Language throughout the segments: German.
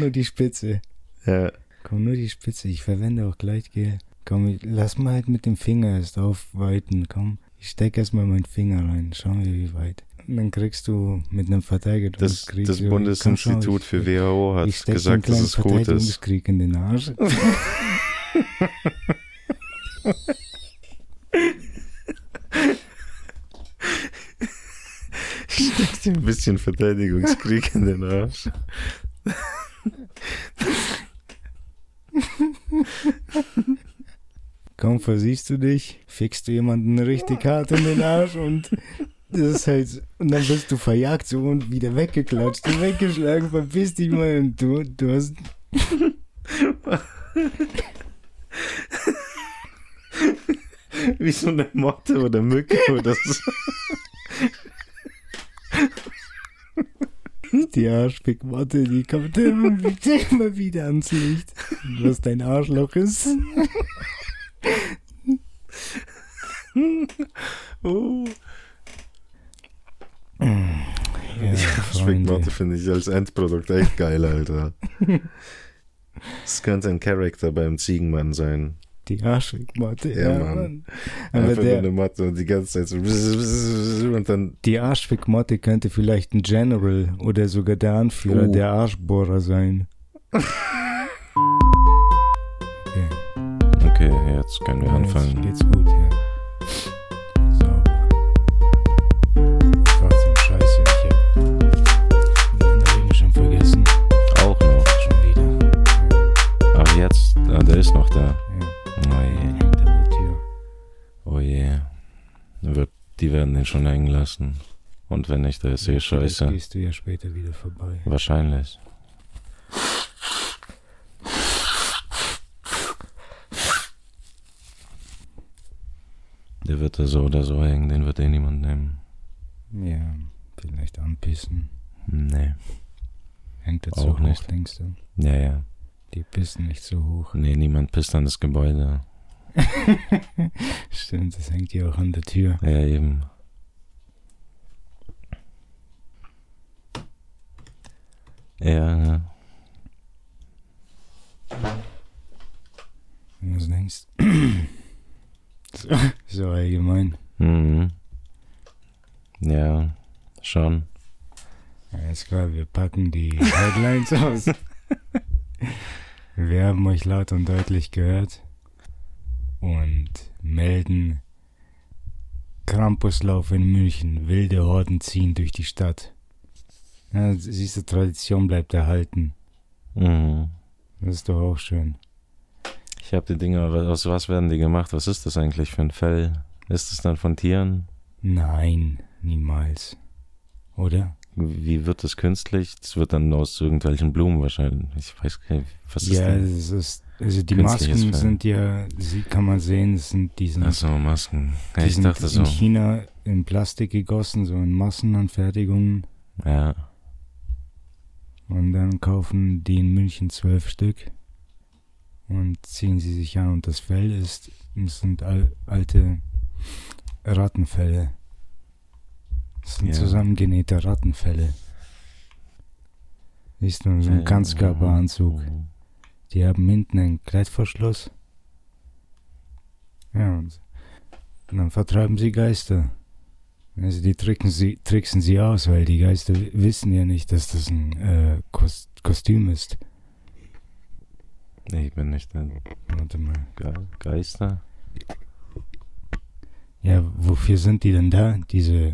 nur die Spitze. Ja. Komm, nur die Spitze. Ich verwende auch Gleitgel. Komm, lass mal halt mit dem Finger erst aufweiten. Komm, ich stecke erstmal meinen Finger rein. Schauen wir, wie weit. Und dann kriegst du mit einem Verteidigungskrieg... Das Bundesinstitut für WHO hat gesagt, dass es gut ist. Verteidigungskrieg in den Arsch. Steckst dir ein bisschen Verteidigungskrieg in den Arsch. Kaum versiehst du dich, fickst du jemanden richtig hart in den Arsch und das ist halt, und dann wirst du verjagt so und wieder weggeklatscht und weggeschlagen, verpiss dich mal und du hast... Wie so eine Motte oder Mücke oder so. Die Arschfickmotte, die kommt immer wieder ans Licht. Was dein Arschloch ist. Oh. Ja, Die Arschfickmotte finde ich als Endprodukt echt geil, Alter. Das könnte ein Charakter beim Ziegenmann sein. Die Arschfickmotte, Ja, Mann. Aber Einfach nur eine Motte und die ganze Zeit so und dann... Die Arschfickmotte könnte vielleicht ein General oder sogar der Anführer der Arschbohrer sein. Okay, jetzt können wir anfangen. Jetzt geht's gut, ja. Sauber. Trotzdem scheiße, ich hab meine Reden schon vergessen. Auch noch. Schon wieder. Ja. Ach jetzt, der ist noch da. Ja. Oh je. Hängt an der Tür. Oh je. Die werden den schon hängen lassen. Und wenn nicht, der ist eh scheiße. Das gehst du ja später wieder vorbei. Wahrscheinlich. Der wird da so oder so hängen, den wird eh niemand nehmen. Ja, vielleicht anpissen. Nee. Hängt jetzt Auch so hoch, nicht. denkst du? Ja, ja. Die pissen nicht so hoch. Nee, niemand pisst an das Gebäude. Stimmt, das hängt ja auch an der Tür. Ja, eben. Ja. Was denkst du? So allgemein. Mhm. Ja, schon. Ja, ist klar, wir packen die Headlines aus. Wir haben euch laut und deutlich gehört und melden: Krampuslauf in München, wilde Horden ziehen durch die Stadt. Ja, siehst du, Tradition bleibt erhalten. Mhm. Das ist doch auch schön. Ich habe die Dinger, aus was werden die gemacht? Was ist das eigentlich für ein Fell? Ist es dann von Tieren? Nein, niemals. Oder? Wie wird das künstlich? Das wird dann aus irgendwelchen Blumen wahrscheinlich. Ich weiß gar nicht, was ist Ja, denn? es ist, also die Künstliches Masken Fell. sind ja, kann man sehen, es sind Ach so, Masken. Ja, die ich sind dachte so. in China in Plastik gegossen, so in Massenanfertigungen. Ja. Und dann kaufen die in München 12 Stück und ziehen sie sich an. Und das Fell sind alte Rattenfelle. Das sind zusammengenähte Rattenfelle. Siehst du, so ein Ganzkörperanzug. Die haben hinten einen Klettverschluss. Ja, und dann vertreiben sie Geister. Also die tricksen sie aus, weil die Geister wissen ja nicht, dass das ein Kostüm ist. Nee, ich bin nicht ein Warte mal. Geister. Ja, wofür sind die denn da? Diese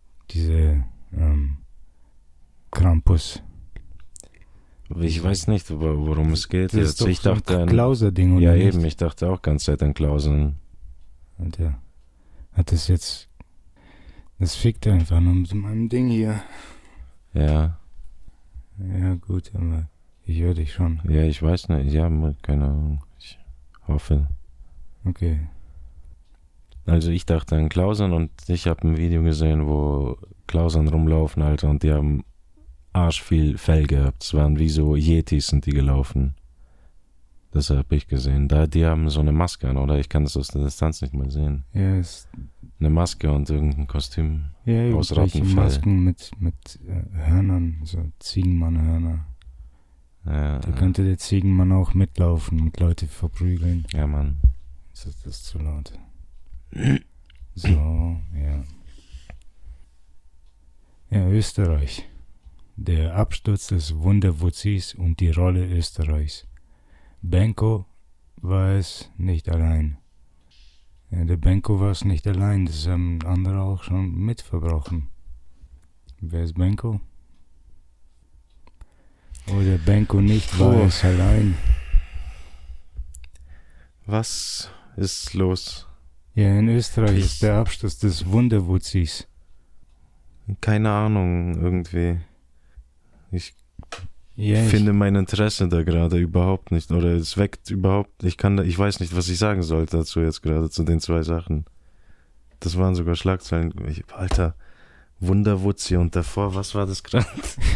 Krampus. Ich weiß nicht, worum es geht. Das Jetzt. ist doch Ich so dachte ein Klauser-Ding, oder ja, nicht? eben. Ich dachte auch ganz Zeit an Klauseln. Und der hat das jetzt... Das fickt einfach nur mit meinem Ding hier. Ja. Ja, gut, aber ich höre dich schon. Ja, ich weiß nicht. Ja, keine Ahnung. Ich hoffe. Okay. Also ich dachte an Klausern und ich habe ein Video gesehen, wo Klausern rumlaufen, Alter, und die haben arsch viel Fell gehabt. Es waren wie so Yetis sind die gelaufen. Das habe ich gesehen. Die haben so eine Maske an, oder? Ich kann das aus der Distanz nicht mal sehen. Ja, ist... Eine Maske und irgendein Kostüm Ja, aus irgendwelche Rattenfell. Masken mit Hörnern, so Ziegenmannhörner. Ja. Da könnte der Ziegenmann auch mitlaufen und Leute verprügeln. Ja, Mann. Das ist zu laut. So, ja. Ja, Österreich. Der Absturz des Wunderwuzis und die Rolle Österreichs. Benko war es nicht allein. Ja, der Benko war es nicht allein, das haben andere auch schon mitverbrochen. Wer ist Benko? Oh, der Benko nicht war es allein. Was ist los? Ja, in Österreich ist der Absturz des Wunderwuzis. Keine Ahnung, irgendwie. Ich finde mein Interesse da gerade überhaupt nicht. Oder es weckt überhaupt. Ich weiß nicht, was ich sagen sollte dazu jetzt gerade, zu den 2 Sachen. Das waren sogar Schlagzeilen. Alter, Wunderwuzzi und davor, was war das gerade?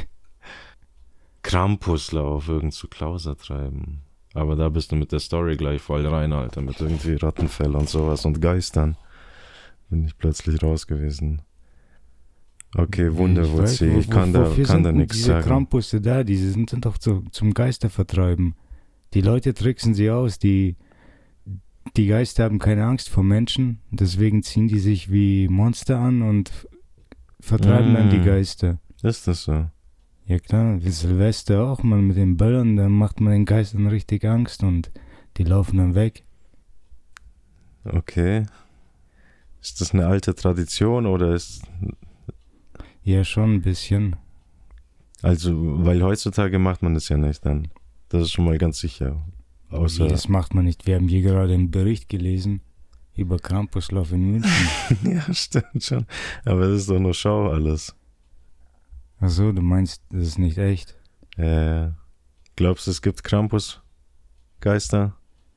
Krampuslauf, irgend zu Klauser treiben. Aber da bist du mit der Story gleich voll rein, Alter. Mit irgendwie Rattenfell und sowas und Geistern. Bin ich plötzlich raus gewesen. Okay, Wunderwuzzi, ich kann da nichts sagen. Diese Krampusse da, die sind doch zum Geistervertreiben. Die Leute tricksen sie aus, die Geister haben keine Angst vor Menschen, deswegen ziehen die sich wie Monster an und vertreiben dann die Geister. Ist das so? Ja klar, wie Silvester auch mal mit den Böllern, dann macht man den Geistern richtig Angst und die laufen dann weg. Okay. Ist das eine alte Tradition oder ist... Ja, schon ein bisschen. Also, weil heutzutage macht man das ja nicht dann. Das ist schon mal ganz sicher. Außer das macht man nicht. Wir haben hier gerade einen Bericht gelesen über Krampuslauf in München. Ja, stimmt schon. Aber das ist doch nur Show alles. Ach so, du meinst, das ist nicht echt? Glaubst du, es gibt Krampusgeister?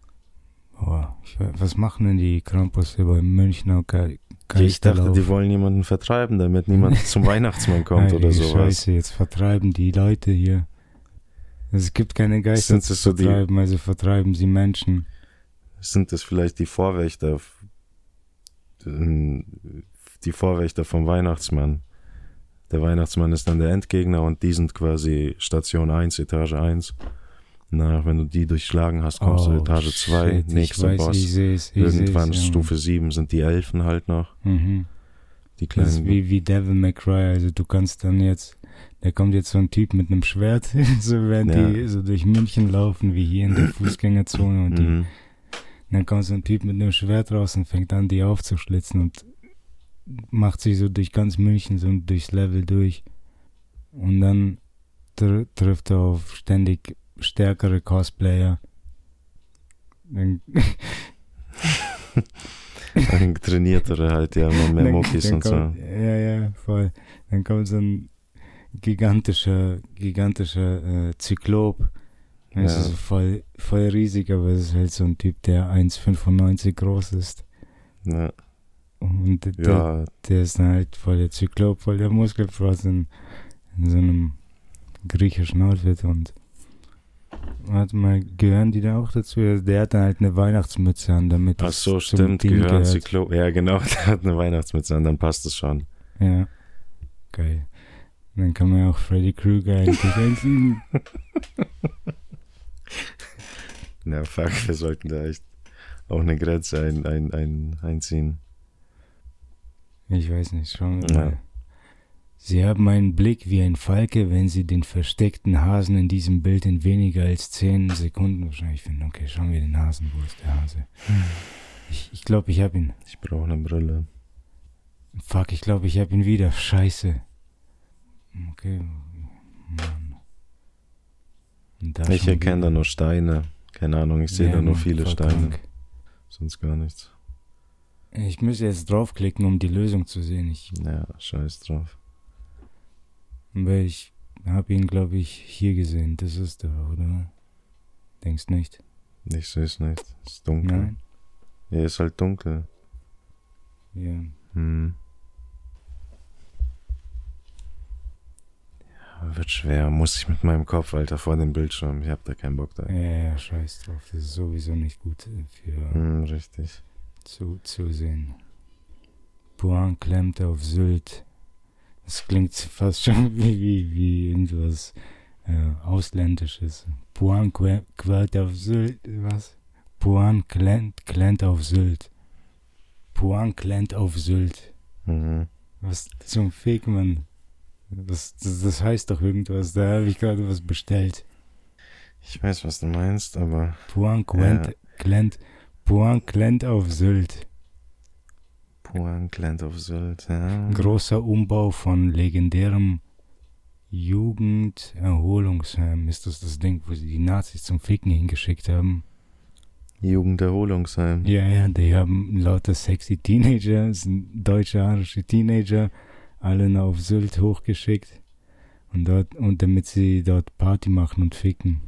Was machen denn die Krampusse bei Münchner Ich dachte, die wollen jemanden vertreiben, damit niemand zum Weihnachtsmann kommt oder sowas. Scheiße, jetzt vertreiben die Leute hier. Es gibt keine Geister zu vertreiben, also vertreiben sie Menschen. Sind das vielleicht die Vorwächter vom Weihnachtsmann? Der Weihnachtsmann ist dann der Endgegner und die sind quasi Station 1, Etage 1. Wenn du die durchschlagen hast, kommst du Etage 2, nächster Boss. Irgendwann Stufe 7 sind die Elfen halt noch. Mhm. Die kleinen. Das ist wie Devil May Cry, also du kannst dann jetzt, da kommt jetzt so ein Typ mit einem Schwert, so während die so durch München laufen, wie hier in der Fußgängerzone und dann kommt so ein Typ mit einem Schwert raus und fängt an, die aufzuschlitzen und macht sich so durch ganz München so durchs Level durch und dann trifft er auf ständig stärkere Cosplayer. Dann trainiertere halt, ja, noch mehr Muckis und so. Ja, voll. Dann kommt so ein gigantischer Zyklop. Das ist voll riesig, aber es ist halt so ein Typ, der 1,95 groß ist. Ja. Und der ist dann halt voll der Zyklop, voll der Muskelfrost in so einem griechischen Outfit und warte mal, gehören die da auch dazu? Der hat dann halt eine Weihnachtsmütze an, damit Ach so, stimmt, gehören Zyklop. Ja, genau, der hat eine Weihnachtsmütze an, dann passt es schon. Ja, geil. Und dann kann man ja auch Freddy Krueger eigentlich einziehen. Na, fuck, wir sollten da echt auch eine Grenze einziehen. Ich weiß nicht, schauen wir mal. Sie haben einen Blick wie ein Falke, wenn Sie den versteckten Hasen in diesem Bild in weniger als 10 Sekunden wahrscheinlich finden. Okay, schauen wir den Hasen. Wo ist der Hase? Ich glaube, ich habe ihn. Ich brauche eine Brille. Fuck, ich glaube, ich habe ihn wieder. Scheiße. Okay, Mann. Ich erkenne da nur Steine. Keine Ahnung, ich sehe da nur viele Steine. Krank. Sonst gar nichts. Ich muss jetzt draufklicken, um die Lösung zu sehen. Ja, scheiß drauf. Weil ich habe ihn, glaube ich, hier gesehen. Das ist der, oder? Denkst nicht? Ich sehe es nicht. Es ist dunkel. Nein? Ja, ist halt dunkel. Ja. Wird schwer. Muss ich mit meinem Kopf, Alter, vor dem Bildschirm. Ich hab da keinen Bock da. Ja, scheiß drauf. Das ist sowieso nicht gut für richtig. Zu sehen. Puan klemmt auf Sylt. Das klingt fast schon wie irgendwas Ausländisches. Puan quält auf Sylt, was? Puan klemmt auf Sylt. Puan klemmt auf Sylt. Mhm. Was zum Fick, Mann? Das heißt doch irgendwas, da habe ich gerade was bestellt. Ich weiß, was du meinst, aber... Puan klemmt auf Sylt. Puan klemmt auf Sylt, ja. Großer Umbau von legendärem Jugenderholungsheim. Ist das Ding, wo sie die Nazis zum Ficken hingeschickt haben? Jugenderholungsheim. Ja, die haben lauter sexy Teenager, das sind deutsche, arische Teenager, alle nach auf Sylt hochgeschickt. Und damit sie dort Party machen und ficken.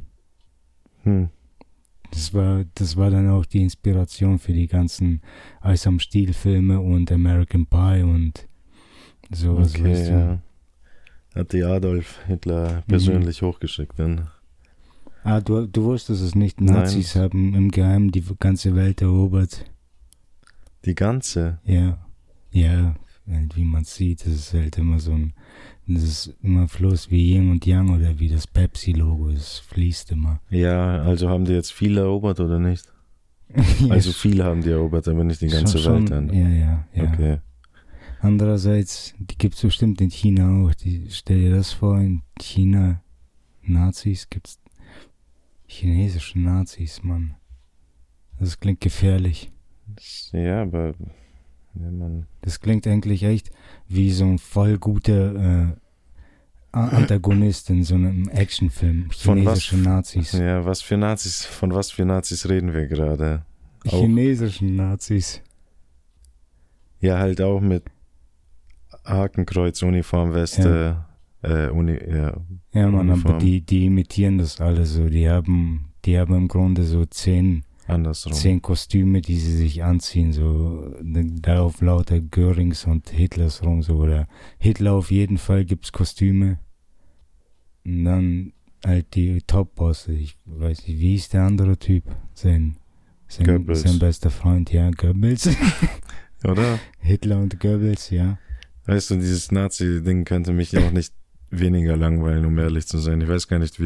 Das war dann auch die Inspiration für die ganzen Eis am Stiel Filme und American Pie und sowas. Okay, weißt du? ja. Hat die Adolf Hitler persönlich hochgeschickt, dann. Du wusstest es nicht. Nazis haben im Geheimen die ganze Welt erobert. Die ganze? Ja, wie man sieht, das ist halt immer das ist immer Fluss wie Yin und Yang oder wie das Pepsi-Logo, es fließt immer. Ja, also haben die jetzt viel erobert oder nicht? Also viele haben die erobert, aber nicht die ganze Welt dann. Ja. Okay. Andererseits, die gibt es bestimmt in China auch. Stell dir das vor, in China Nazis gibt's chinesische Nazis, Mann. Das klingt gefährlich. Ja, aber man... Das klingt eigentlich echt wie so ein voll guter Antagonist in so einem Actionfilm. Chinesische Nazis. Ja, von was für Nazis reden wir gerade? Chinesischen Nazis. Ja, halt auch mit Hakenkreuz, Uniform, Weste, Ja, Mann, Uniform. aber die imitieren das alle so. Die haben im Grunde so 10 Kostüme, die sie sich anziehen, so darauf lauter Görings und Hitlers rum, so, oder Hitler auf jeden Fall gibt's Kostüme. Und dann halt die Top-Bosse, ich weiß nicht, wie ist der andere Typ? Sein bester Freund, ja, Goebbels. Oder? Hitler und Goebbels, ja. Weißt du, dieses Nazi-Ding könnte mich auch nicht weniger langweilen, um ehrlich zu sein. Ich weiß gar nicht,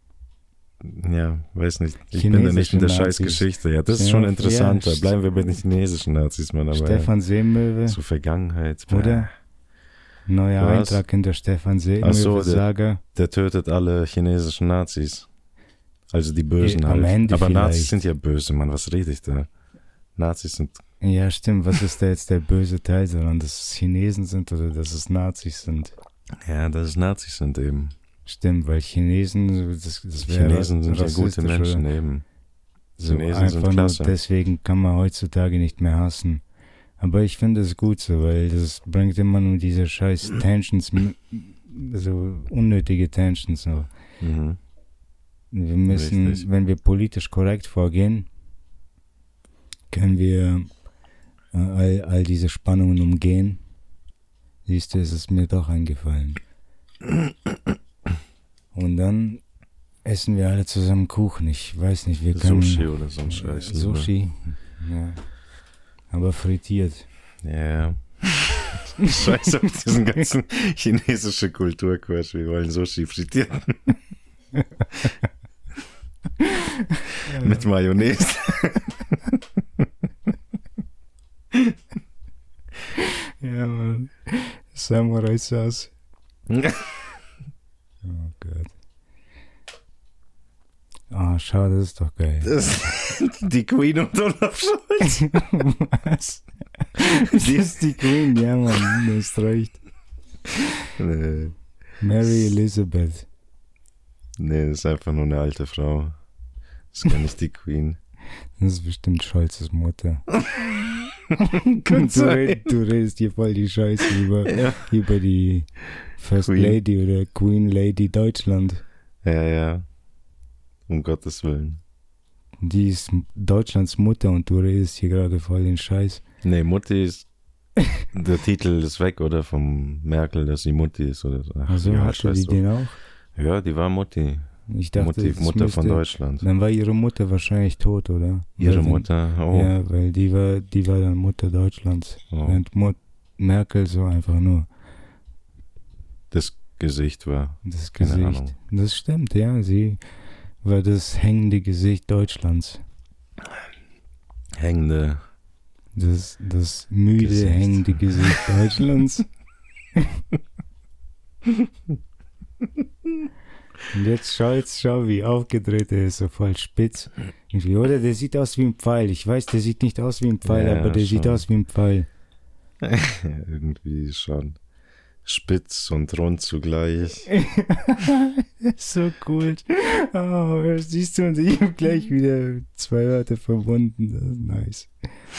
weiß nicht. Ich bin da nicht in der Scheißgeschichte. Ja, das ist schon interessanter. Ja, bleiben wir bei den chinesischen Nazis, Mann. Aber Stefan Seemöwe. Zur Vergangenheit. Oder? Neuer Eintrag in der Stefan Seemöwe-Saga. Der tötet alle chinesischen Nazis. Also die Bösen halt. Am Ende aber vielleicht. Nazis sind ja böse, Mann. Was rede ich da? Nazis sind... Ja, stimmt. Was ist da jetzt der böse Teil daran? Dass es Chinesen sind oder dass es Nazis sind? Ja, dass es Nazis sind eben. Stimmt, weil Chinesen, das wäre Chinesen sind ja gute Menschen eben. Chinesen sind klasse. Deswegen kann man heutzutage nicht mehr hassen. Aber ich finde es gut so, weil das bringt immer nur diese scheiß Tensions, so unnötige Tensions. So. Mhm. Wir müssen, Richtig. wenn wir politisch korrekt vorgehen, können wir all diese Spannungen umgehen. Siehst du, es ist mir doch eingefallen. Und dann essen wir alle zusammen Kuchen. Ich weiß nicht, wir können... Sushi oder so ein Scheiß. Sushi, ja. Aber frittiert. Ja. Scheiß auf diesen ganzen chinesischen Kulturquatsch. Wir wollen Sushi frittiert. Mit Mayonnaise. Ja, Mann. Samurai-Sauce. Oh Gott. Oh, schau, das ist doch geil. Die Queen und Olaf Scholz. Was? Das ist die Queen, ja, Mann, das ist recht. Nee. Mary Elizabeth. Nee, das ist einfach nur eine alte Frau. Das ist gar nicht die Queen. Das ist bestimmt Scholzes Mutter. Du Du redest hier voll die Scheiße über die First Queen. Lady oder Queen Lady Deutschland. Ja. Um Gottes Willen. Die ist Deutschlands Mutter und du redest hier gerade voll den Scheiß. Nee, Mutti ist... Der Titel ist weg, oder? Vom Merkel, dass sie Mutti ist, oder so. Ach, Also ja, hatte die scheiß den auch? Ja, die war Mutti. Ich dachte, Mutter von Deutschland. Dann war ihre Mutter wahrscheinlich tot, oder? Ihre Mutter, oh. Ja, weil die war dann Mutter Deutschlands. Oh. Während Merkel so einfach nur. Das Gesicht war. Das Keine Gesicht. Ahnung. Das stimmt, ja. Sie war das hängende Gesicht Deutschlands. Hängende. Das müde, Gesicht. hängende Gesicht Deutschlands. Und jetzt Scholz, schau, wie aufgedreht er ist, so voll spitz. Irgendwie, oder? Der sieht aus wie ein Pfeil. Ich weiß, der sieht nicht aus wie ein Pfeil, Ja, aber der sieht schon. aus wie ein Pfeil. Irgendwie schon spitz und rund zugleich. So cool. Oh, siehst du, und ich habe gleich wieder 2 Wörter verbunden. Das ist nice.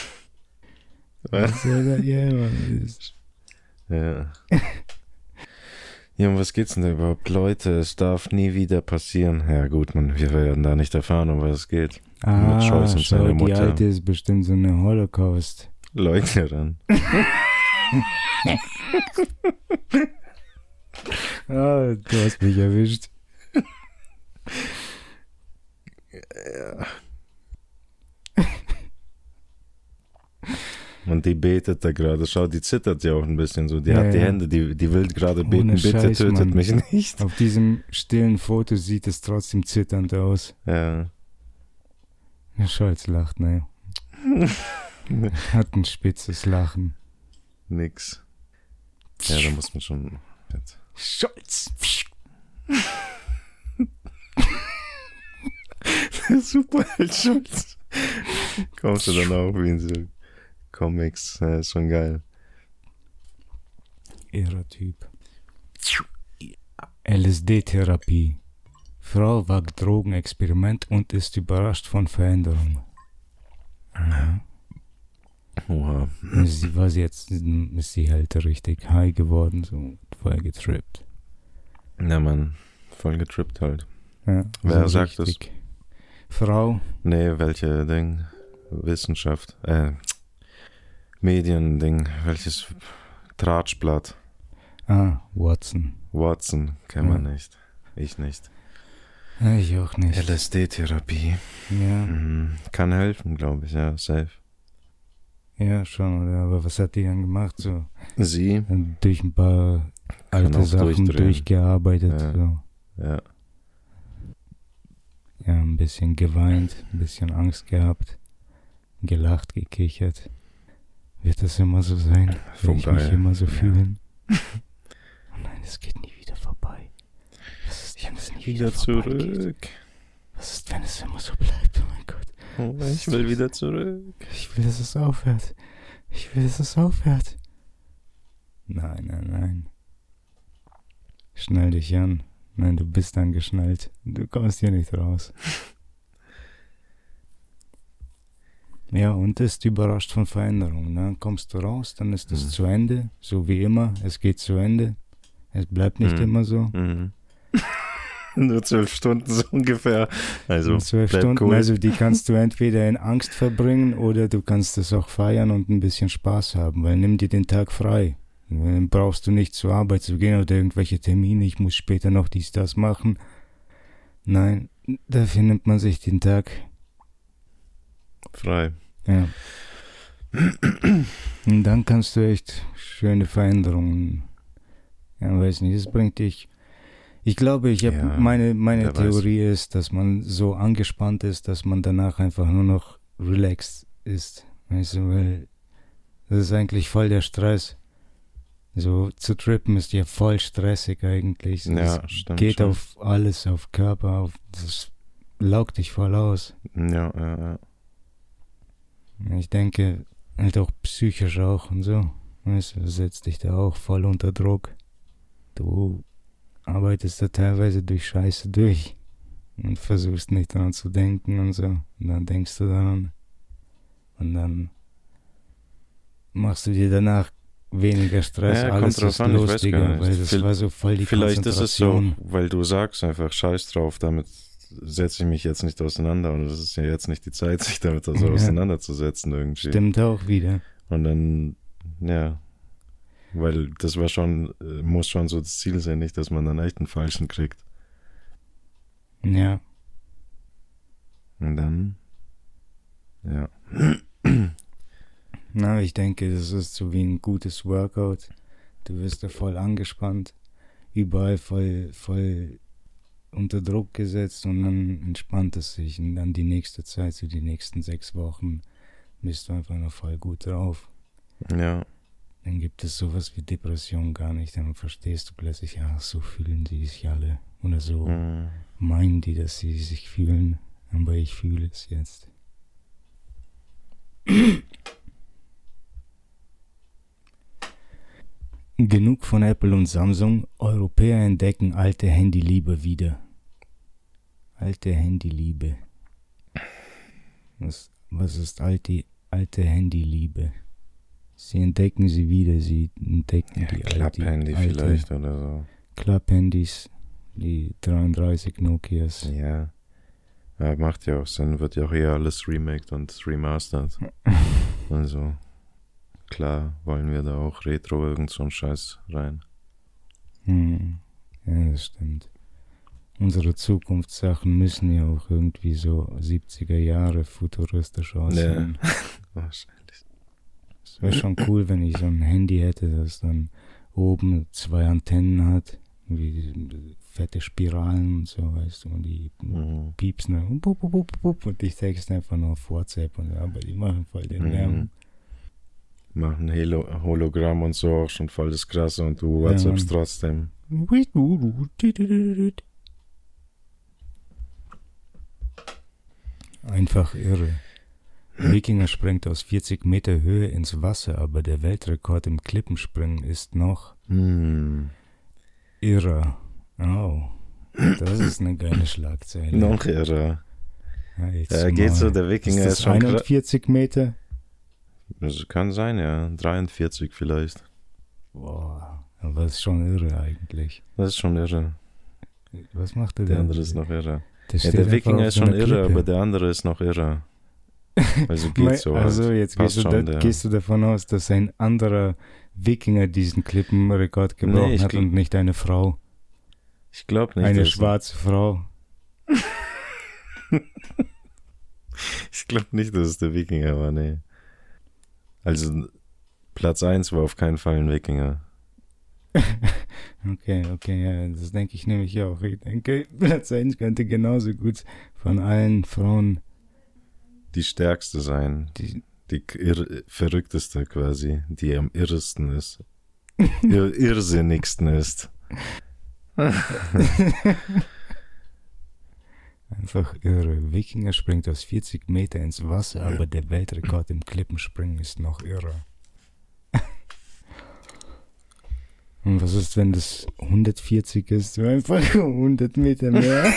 Ja, Mann, ist. Ja. Ja, um was geht's denn da überhaupt? Leute, es darf nie wieder passieren. Ja gut, wir werden da nicht erfahren, um was es geht. Mit Scholz und Schau, seiner die Mutter. Alte ist bestimmt so eine Holocaust. Leugnerin. Du hast mich erwischt. Und die betet da gerade. Schau, die zittert ja auch ein bisschen so. Die Ja, hat die ja. Hände, die will gerade beten. Ohne Bitte Scheiß, tötet Mann. mich nicht. Auf diesem stillen Foto sieht es trotzdem zitternd aus. Ja. Herr Scholz lacht, ne? Hat ein spitzes Lachen. Nix. Ja, da muss man schon. Scholz! Super, halt Scholz. Kommst du dann auch wie in so Comics. Ja, ist schon geil. Irrer Typ. LSD-Therapie. Frau wagt Drogenexperiment und ist überrascht von Veränderung. Ja. Oha. Sie war jetzt, ist sie halt richtig high geworden, so voll getrippt. Ja, Mann. Voll getrippt halt. Ja, Wer so sagt das? richtig. Frau, Nee, welche Ding? Wissenschaft. Medien-Ding. Welches Tratschblatt? Watson. Watson. Kennt man nicht. Ich nicht. Ich auch nicht. LSD-Therapie. Ja, Kann helfen, glaube ich, ja, safe. ja, schon, oder? Aber was hat die dann gemacht? So, Sie? durch ein paar alte auch Sachen durchdrehen. durchgearbeitet. Ja. So. Ja. Ja, ein bisschen geweint, ein bisschen Angst gehabt, gelacht, gekichert. Wird das immer so sein? Will ich Vorbei. mich immer so Ja. fühlen? Oh nein, es geht nie wieder vorbei. Was ist, wenn es nie wieder vorbei geht? zurück. Was ist, wenn es immer so bleibt? Oh mein Gott. Oh, ich will wieder zurück. Ich will, dass es aufhört. Ich will, dass es aufhört. Nein, nein, nein. Schnall dich an. Nein, du bist angeschnallt. Du kommst hier nicht raus. Ja, und ist überrascht von Veränderungen. Dann kommst du raus, dann ist es zu Ende. So wie immer. Es geht zu Ende. Es bleibt nicht immer so. Mhm. Nur 12 Stunden so ungefähr. Also, In 12 bleib Stunden, cool. also die kannst du entweder in Angst verbringen oder du kannst es auch feiern und ein bisschen Spaß haben, weil nimm dir den Tag frei. Dann brauchst du nicht zur Arbeit zu gehen oder irgendwelche Termine, ich muss später noch dies, das machen. Nein, dafür nimmt man sich den Tag. Frei. Ja. Und dann kannst du echt schöne Veränderungen. Ja, weiß nicht, das bringt dich. Ich glaube, Ja, meine wer Theorie ist, dass man so angespannt ist, dass man danach einfach nur noch relaxed ist. Weißt du, weil das ist eigentlich voll der Stress. So zu trippen ist ja voll stressig eigentlich. Ja, Das stimmt geht schon. auf alles, auf Körper, das laugt dich voll aus. Ja, ja, ja. Ich denke, halt auch psychisch auch und so. Weißt du, setzt dich da auch voll unter Druck. Du arbeitest da teilweise durch Scheiße durch und versuchst nicht daran zu denken und so. Und dann denkst du daran. Und dann machst du dir danach weniger Stress, Ja, alles kommt drauf ist an, ich weiß lustiger, gar nicht. weil das war so voll die Vielleicht ist es so, Konzentration. weil du sagst einfach Scheiß drauf, damit setze ich mich jetzt nicht auseinander und es ist ja jetzt nicht die Zeit, sich damit so Ja. auseinanderzusetzen irgendwie. Stimmt auch wieder. Und dann, ja, weil das war schon, muss schon so das Ziel sein, nicht, dass man dann echt einen Falschen kriegt. Ja. Und dann, ja. Na, ich denke, das ist so wie ein gutes Workout. Du wirst da voll angespannt. überall voll unter Druck gesetzt und dann entspannt es sich und dann die nächste Zeit, so die nächsten 6 Wochen, bist du einfach noch voll gut drauf. Ja. Dann gibt es sowas wie Depression gar nicht, dann verstehst du plötzlich, ja, so fühlen die sich alle oder so meinen die, dass sie sich fühlen, aber ich fühle es jetzt. Genug von Apple und Samsung. Europäer entdecken alte Handyliebe wieder. Alte Handyliebe. Was ist alte Handyliebe? Sie entdecken sie wieder. Sie entdecken die Klapphandy vielleicht oder so. Klapphandys, die 33 Nokias. Ja. Ja, macht ja auch Sinn. Wird ja auch eher alles remaked und remastert. Also, klar wollen wir da auch Retro irgend so einen Scheiß rein. Ja, das stimmt. Unsere Zukunftssachen müssen ja auch irgendwie so 70er Jahre futuristisch aussehen. Ja. Wahrscheinlich. Es wäre schon cool, wenn ich so ein Handy hätte, das dann oben 2 Antennen hat, wie fette Spiralen und so, weißt du, und die piepsen und ich texte einfach nur auf WhatsApp und aber die machen voll den Lärm. Machen Hologramm und so auch schon voll das Krasse und du WhatsAppst trotzdem. Einfach irre. Wikinger springt aus 40 Meter Höhe ins Wasser, aber der Weltrekord im Klippenspringen ist noch irrer. Oh, das ist eine geile Schlagzeile. Noch irrer. Ja, geht so, der Wikinger ist schon 41 Meter? Das kann sein, ja. 43 vielleicht. Boah, aber das ist schon irre eigentlich. Das ist schon irre. Was macht der Der andere ist noch irre. Der Wikinger ist schon irre, aber der andere ist noch irre. Also geht so. Also jetzt gehst du davon aus, dass ein anderer Wikinger diesen Klippenrekord gebrochen hat und nicht eine Frau. Ich glaube nicht. Eine schwarze Frau. Ich glaube nicht, dass es der Wikinger war, nee. Also Platz 1 war auf keinen Fall ein Wikinger. Okay, ja, das denke ich nämlich auch. Ich denke, Platz 1 könnte genauso gut von allen Frauen die stärkste sein. Die verrückteste quasi, die am irresten ist. Irrsinnigsten ist. Einfach irre. Wikinger springt aus 40 Meter ins Wasser, aber der Weltrekord im Klippenspringen ist noch irrer. Und was ist, wenn das 140 ist? Einfach 100 Meter mehr.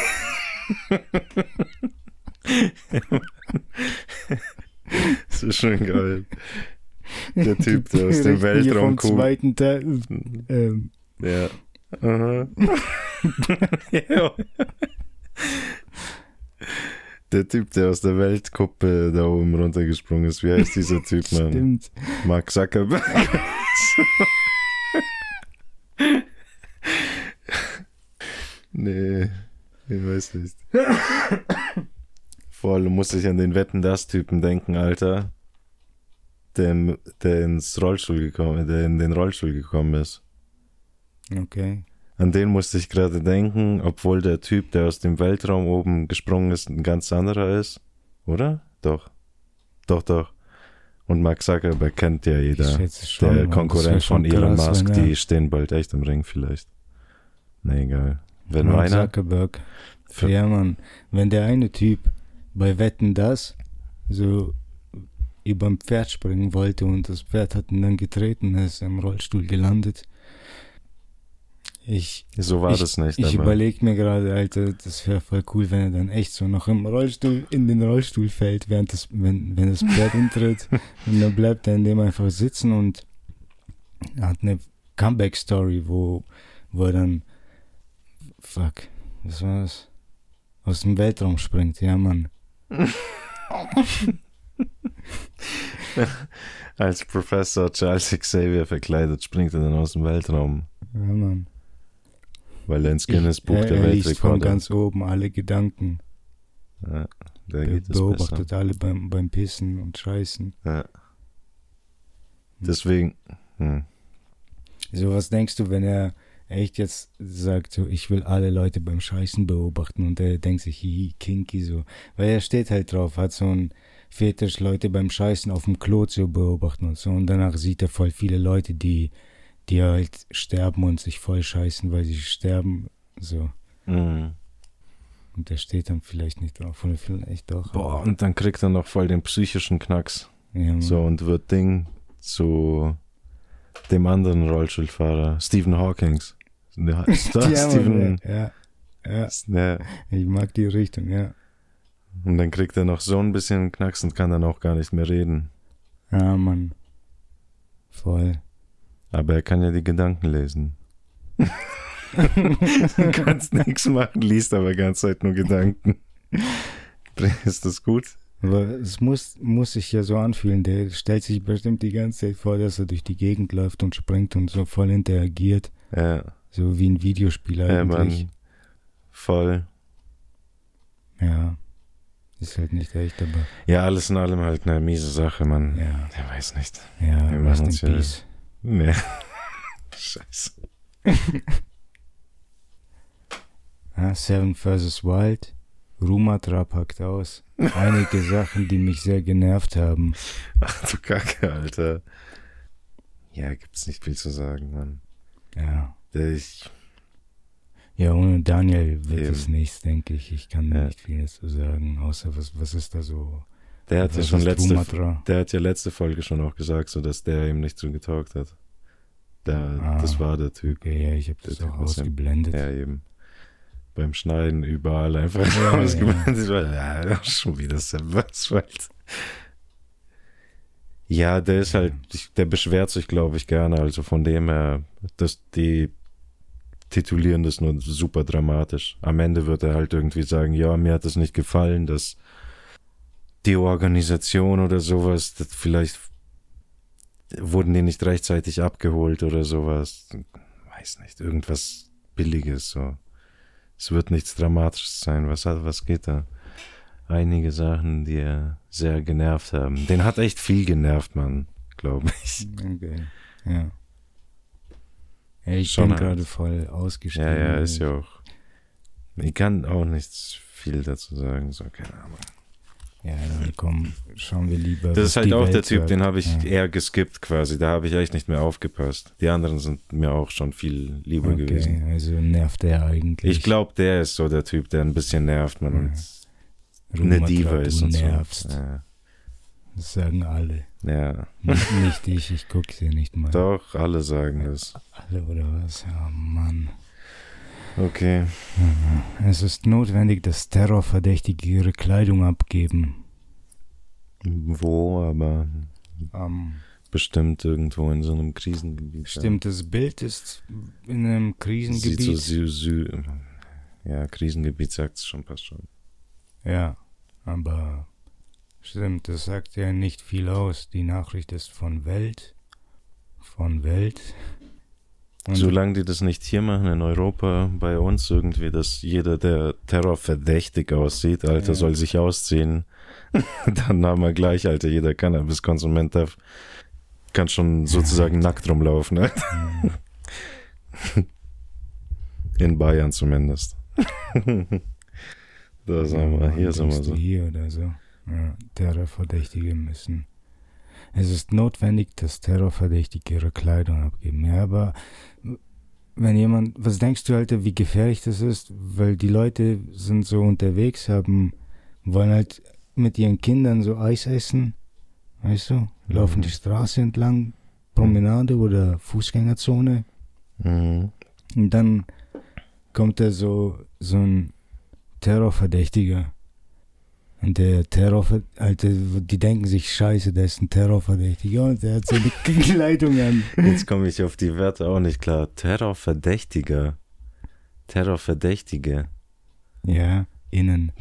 Das ist schon geil. Der Typ, der aus dem Weltraum kommt. Zweiten Teil. Ja. Aha. Ja. Der Typ, der aus der Weltkuppe da oben runtergesprungen ist. Wie heißt dieser Typ, Mann? Stimmt. Mark Zuckerberg. Nee, ich weiß nicht. Voll, du musst dich an den Wetten-das-Typen denken, Alter. Der in den Rollstuhl gekommen ist. Okay. An den musste ich gerade denken, obwohl der Typ, der aus dem Weltraum oben gesprungen ist, ein ganz anderer ist. Oder? Doch. Und Mark Zuckerberg kennt ja jeder. Schon, der Konkurrent von Elon Musk, die stehen bald echt im Ring vielleicht. Nee, egal. Wenn Mark Zuckerberg. Ja, Mann. Wenn der eine Typ bei Wetten das so überm Pferd springen wollte und das Pferd hat ihn dann getreten, ist im Rollstuhl gelandet. So war das nicht. Ich überlege mir gerade, Alter, das wäre voll cool, wenn er dann echt so noch im Rollstuhl, in den Rollstuhl fällt, wenn das Pferd hintritt. Und dann bleibt er in dem einfach sitzen und hat eine Comeback-Story, wo er dann, was war das? Aus dem Weltraum springt, ja, Mann. Als Professor Charles Xavier verkleidet springt er dann aus dem Weltraum. Ja, Mann. Weil er ins Guinness-Buch der Weltrekorde. Er liest von ganz oben alle Gedanken. Ja, da geht es beobachtet besser. alle beim Pissen und Scheißen. Ja. Deswegen. So, was denkst du, wenn er echt jetzt sagt so, ich will alle Leute beim Scheißen beobachten und er denkt sich, hi, kinky so. Weil er steht halt drauf, hat so ein Fetisch, Leute beim Scheißen auf dem Klo zu beobachten und so. Und danach sieht er voll viele Leute, die halt sterben und sich voll scheißen, weil sie sterben, so. Mhm. Und der steht dann vielleicht nicht drauf, oder vielleicht doch. Boah, und dann kriegt er noch voll den psychischen Knacks. Ja, Mann. So, und wird Ding zu dem anderen Rollstuhlfahrer, Stephen Hawkings. Ja, ist das Ja, Stephen? Mann, ja. Ja. Ich mag die Richtung, ja. Und dann kriegt er noch so ein bisschen Knacks und kann dann auch gar nicht mehr reden. Ja, Mann. Voll. Aber er kann ja die Gedanken lesen. Du kannst nichts machen, liest aber die ganze Zeit nur Gedanken. Ist das gut? Aber es muss sich ja so anfühlen. Der stellt sich bestimmt die ganze Zeit vor, dass er durch die Gegend läuft und springt und so voll interagiert. Ja. So wie ein Videospiel eigentlich. Mann. Voll. Ja. Ist halt nicht echt, aber. Ja, alles in allem halt eine miese Sache, Mann. Ja. Ich weiß nicht. Ja, Wir rest machen in uns ja- peace. Nee. Scheiße. Ja, Seven vs. Wild. Rumatra packt aus. Einige Sachen, die mich sehr genervt haben. Ach du Kacke, Alter. Ja, gibt's nicht viel zu sagen, Mann. Ja. Ich, Ja, ohne Daniel wird Eben. es nichts, denke ich. Ich kann Ja. nicht viel dazu sagen, außer was ist da so? der hat ja Was schon ist Rumatra? der hat ja letzte Folge schon auch gesagt, so dass der ihm nicht so getaugt hat. Das war der Typ. Okay, ja, ich habe das Der auch Typ aus dem- ausgeblendet. Ja, eben. Beim Schneiden überall einfach Ja, ausgeblendet. Ja, schon wieder Severswald. Ja, der ist halt, der beschwert sich, glaube ich, gerne. Also von dem her, dass die titulieren das nur super dramatisch. Am Ende wird er halt irgendwie sagen, ja, mir hat das nicht gefallen, dass die Organisation oder sowas, das vielleicht wurden die nicht rechtzeitig abgeholt oder sowas. Weiß nicht, irgendwas Billiges so. Es wird nichts Dramatisches sein. Was geht da? Einige Sachen, die er sehr genervt haben. Den hat echt viel genervt, Mann, glaube ich. Okay, ja. Ja, ich Schon bin halt. gerade voll ausgestiegen. Ja, ist ja auch. Ich kann auch nicht viel dazu sagen, so, keine Ahnung. Ja, dann komm, schauen wir lieber. Das was ist halt die auch der Welt Typ, sagt. den habe ich Ja. eher geskippt quasi. Da habe ich echt nicht mehr aufgepasst. Die anderen sind mir auch schon viel lieber gewesen. Okay, also nervt der eigentlich. Ich glaube, der ist so der Typ, der ein bisschen nervt, man. Ja. Und Rumatra, eine Diva ist du und nervst. so. Ja. Das sagen alle. Ja. Nicht ich gucke sie nicht mal. Doch, alle sagen das. Alle oder was? Oh Mann. Okay. Es ist notwendig, dass Terrorverdächtige ihre Kleidung abgeben. Wo, aber Ähm, bestimmt irgendwo in so einem Krisengebiet. Stimmt, das Bild ist in einem Ja. Krisengebiet. Sieht so ja, Krisengebiet sagt es schon fast schon. Ja, aber stimmt, das sagt ja nicht viel aus. Die Nachricht ist von Welt. Von Welt. Und Solange die das nicht hier machen in Europa, bei uns irgendwie, dass jeder, der terrorverdächtig aussieht, Alter, Ja. soll sich ausziehen. Dann haben wir gleich, Alter, jeder Cannabis-Konsument kann schon sozusagen nackt rumlaufen, ne? In Bayern zumindest. Da sagen wir, hier sind wir denkst du so. hier oder so. Ja, Terrorverdächtige müssen. Es ist notwendig, dass Terrorverdächtige ihre Kleidung abgeben. Ja, aber wenn jemand, was denkst du, Alter, wie gefährlich das ist? Weil die Leute sind so unterwegs, wollen halt mit ihren Kindern so Eis essen, weißt du? Laufen die Straße entlang, Promenade oder Fußgängerzone. Mhm. Und dann kommt da so ein Terrorverdächtiger. Und der Alter, die denken sich, scheiße, der ist ein Terrorverdächtiger und der hat so eine Kleidung an. Jetzt komme ich auf die Wörter auch nicht klar. Terrorverdächtiger. Terrorverdächtige. Ja, innen.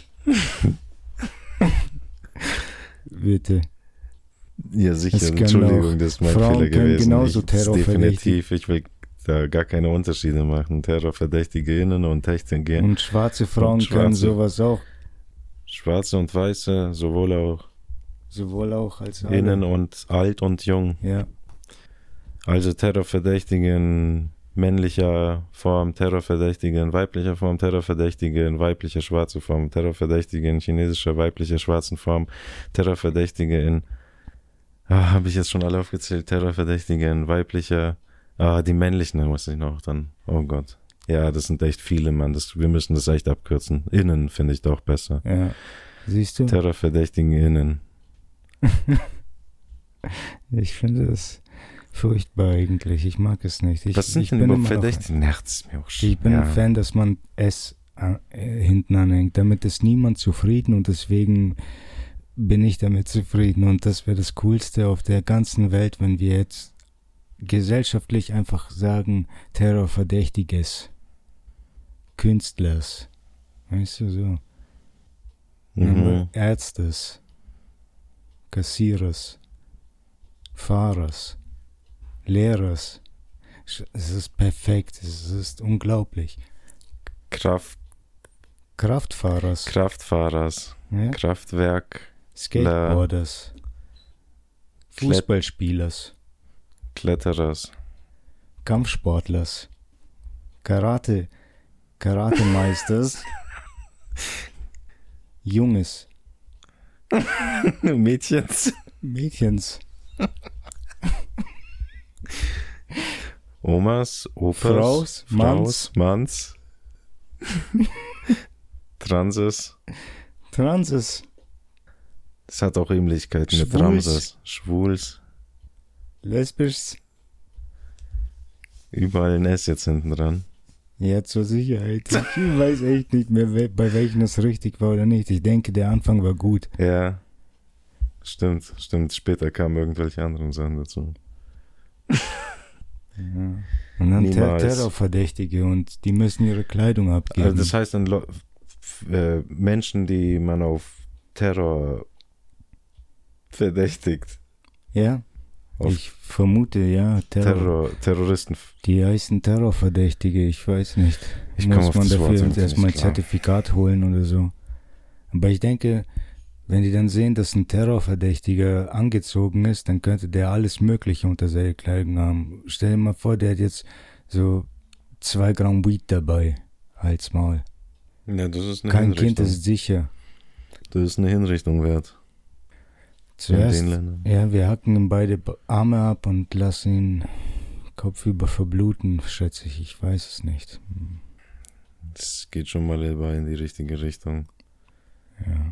Bitte. Ja, sicher. Es können Entschuldigung, auch das ist mein Frauen Fehler können gewesen. genauso ich, terrorverdächtig. definitiv, ich will da gar keine Unterschiede machen. Terrorverdächtige innen und Techtige. Und schwarze Frauen Und können Schwarze. sowas auch. Schwarze und Weiße, sowohl auch Sowohl auch als alle. innen und alt und jung. Ja, Also Terrorverdächtigen männlicher Form Terrorverdächtige in weiblicher Form, Terrorverdächtige in weiblicher schwarzer Form, Terrorverdächtige in chinesischer weiblicher schwarzen Form, Terrorverdächtige in, habe ich jetzt schon alle aufgezählt, Terrorverdächtige in weiblicher, die männlichen, da muss ich noch dann, oh Gott. Ja, das sind echt viele, Mann, wir müssen das echt abkürzen. Innen finde ich doch besser. Ja, siehst du? Terrorverdächtigen innen. Ich finde das furchtbar eigentlich. Ich mag es nicht. Was sind denn überhaupt Verdächtige? Ich bin ein Fan, dass man es hinten anhängt. Damit ist niemand zufrieden und deswegen bin ich damit zufrieden. Und das wäre das Coolste auf der ganzen Welt, wenn wir jetzt gesellschaftlich einfach sagen, Terrorverdächtiges, Künstlers, weißt du so. Ärztes, Kassierers, Fahrers, Lehrers. Es ist perfekt, es ist unglaublich. Kraftfahrers. Ja? Kraftwerk. Skateboarders. Fußballspielers. Kletterers. Kampfsportlers. Karatemeisters. Junges. Mädchens. Omas, Opas, Fraus, Manns. Transes. Das hat auch Ähnlichkeiten mit Ramses. Schwuls. Lesbisch. Überall ein S jetzt hinten dran. Ja, zur Sicherheit. Ich weiß echt nicht mehr, bei welchen das richtig war oder nicht. Ich denke, der Anfang war gut. Ja, stimmt. Später kamen irgendwelche anderen Sachen dazu. Ja. Und dann Terrorverdächtige und die müssen ihre Kleidung abgeben. Also das heißt dann Menschen, die man auf Terror verdächtigt. Ja, ich vermute, ja. Terroristen. Die heißen Terrorverdächtige, ich weiß nicht. Muss man dafür erstmal ein Zertifikat holen oder so. Aber ich denke, wenn die dann sehen, dass ein Terrorverdächtiger angezogen ist, dann könnte der alles Mögliche unter seiner Kleidung haben. Stell dir mal vor, der hat jetzt so 2 Gramm Weed dabei. Halt's Maul. Ja, das ist eine Kein Hinrichtung. Kind ist sicher. Das ist eine Hinrichtung wert. Zuerst, ja, wir hacken ihm beide Arme ab und lassen ihn kopfüber verbluten, schätze ich. Ich weiß es nicht. Das geht schon mal in die richtige Richtung. Ja.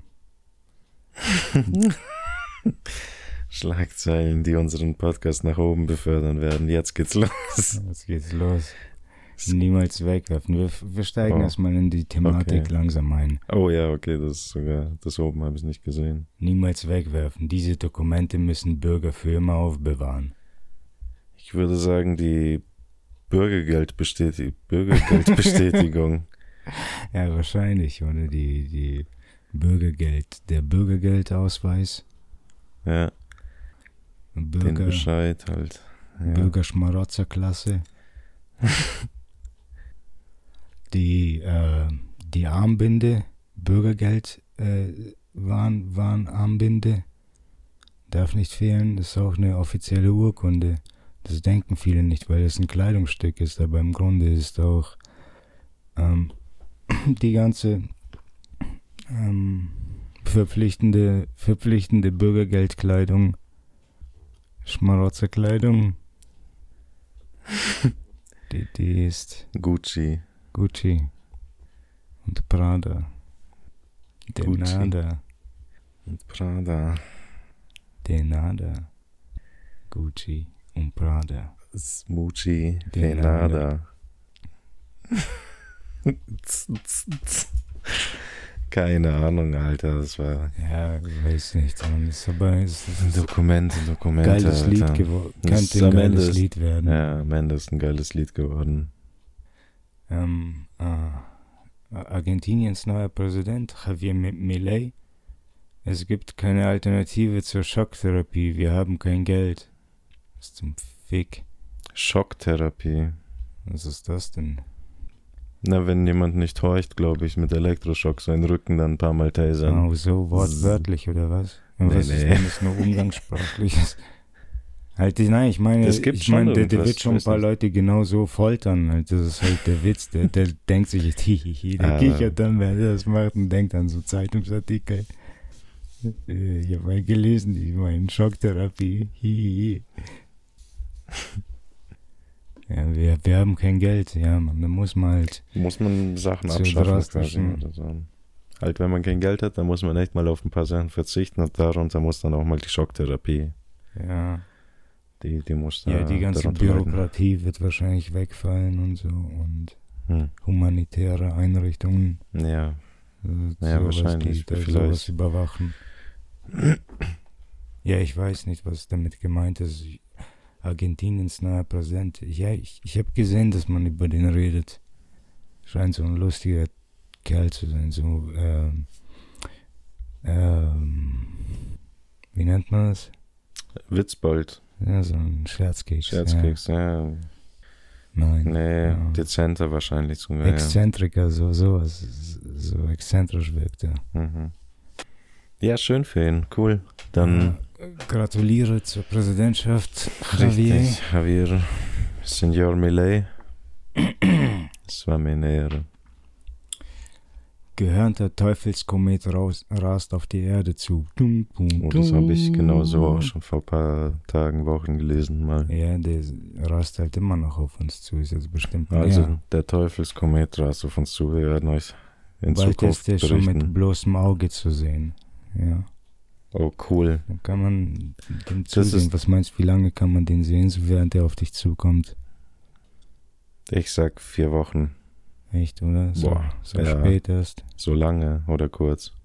Schlagzeilen, die unseren Podcast nach oben befördern werden. Jetzt geht's los. Niemals wegwerfen. Wir steigen erstmal in die Thematik langsam ein. Oh ja, okay, das oben habe ich nicht gesehen. Niemals wegwerfen. Diese Dokumente müssen Bürger für immer aufbewahren. Ich würde sagen, die Bürgergeldbestätigung. Ja, wahrscheinlich, oder? Die der Bürgergeldausweis. Ja. Den Bescheid halt. Ja. Bürgerschmarotzerklasse. Die Armbinde, Bürgergeld Armbinde, darf nicht fehlen. Das ist auch eine offizielle Urkunde. Das denken viele nicht, weil es ein Kleidungsstück ist, aber im Grunde ist auch die ganze verpflichtende Bürgergeldkleidung, Schmarotzerkleidung, die ist Gucci und Prada. Denada. Und Prada. Denada. Gucci und Prada. Smucci. Denada. Keine Ahnung, Alter, das war... Ja, ich weiß nicht, es ist Dokumente, geiles Lied geworden. Könnte ein geiles Lied werden. Ja, am Ende ist ein geiles Lied geworden. Argentiniens neuer Präsident, Javier Milei. Es gibt keine Alternative zur Schocktherapie. Wir haben kein Geld. Was zum Fick? Schocktherapie. Was ist das denn? Na, wenn jemand nicht horcht, glaube ich, mit Elektroschock seinen Rücken dann ein paar Mal tasern. Oh, so wortwörtlich oder was? Was ist, wenn es nur umgangssprachlich ist? Halt, nein, ich meine, Es gibt schon der irgendwas, wird schon ein weiß paar nicht. Leute genau so foltern. Halt. Das ist halt der Witz. Der denkt sich jetzt, hihihi, der Aber- kichert dann, wer das macht und denkt an so Zeitungsartikel. Ich habe mal gelesen, ich war in Schocktherapie. Hihihi. Ja, wir haben kein Geld. Ja, man, da muss man halt. Muss man Sachen Zu abschaffen quasi. drastischen- Oder so. Halt, wenn man kein Geld hat, dann muss man echt mal auf ein paar Sachen verzichten und darunter muss dann auch mal die Schocktherapie. Ja, Die muss da ja, die ganze darunter leiden. Bürokratie wird wahrscheinlich wegfallen und so. Und Hm. humanitäre Einrichtungen. Ja, Ja, wahrscheinlich, die da vielleicht. sowas überwachen. Ja, ich weiß nicht, was damit gemeint ist. Argentiniens nahe präsent. Ja, ich habe gesehen, dass man über den redet. Scheint so ein lustiger Kerl zu sein. So, wie nennt man das? Witzbold, Ja, so ein Scherzkeks. Scherzkeks, ja. Ja. Nein. Nee, Ja. dezenter wahrscheinlich sogar, ja. Exzentriker, so exzentrisch wirkt er. Mhm. Ja, schön für ihn, cool. Dann Gratuliere zur Präsidentschaft, Javier. richtig, Javier, Senor Milei. Es war mir eine Ehre. Gehörnter Teufelskomet rast auf die Erde zu. Dum, dum, Und das habe ich dum. genau so auch schon vor ein paar Tagen, Wochen gelesen mal. Ja, der rast halt immer noch auf uns zu. Ist jetzt bestimmt Also mehr. der Teufelskomet rast auf uns zu. Wir werden euch in Bald Zukunft ist der schon berichten. mit bloßem Auge zu sehen. Ja, Oh, cool. dann kann man dem Das zusehen. ist- Was meinst du, wie lange kann man den sehen, so während der auf dich zukommt? Ich sag 4 Wochen. Echt, oder? So, Boah, so ja. spät erst. So lange oder kurz.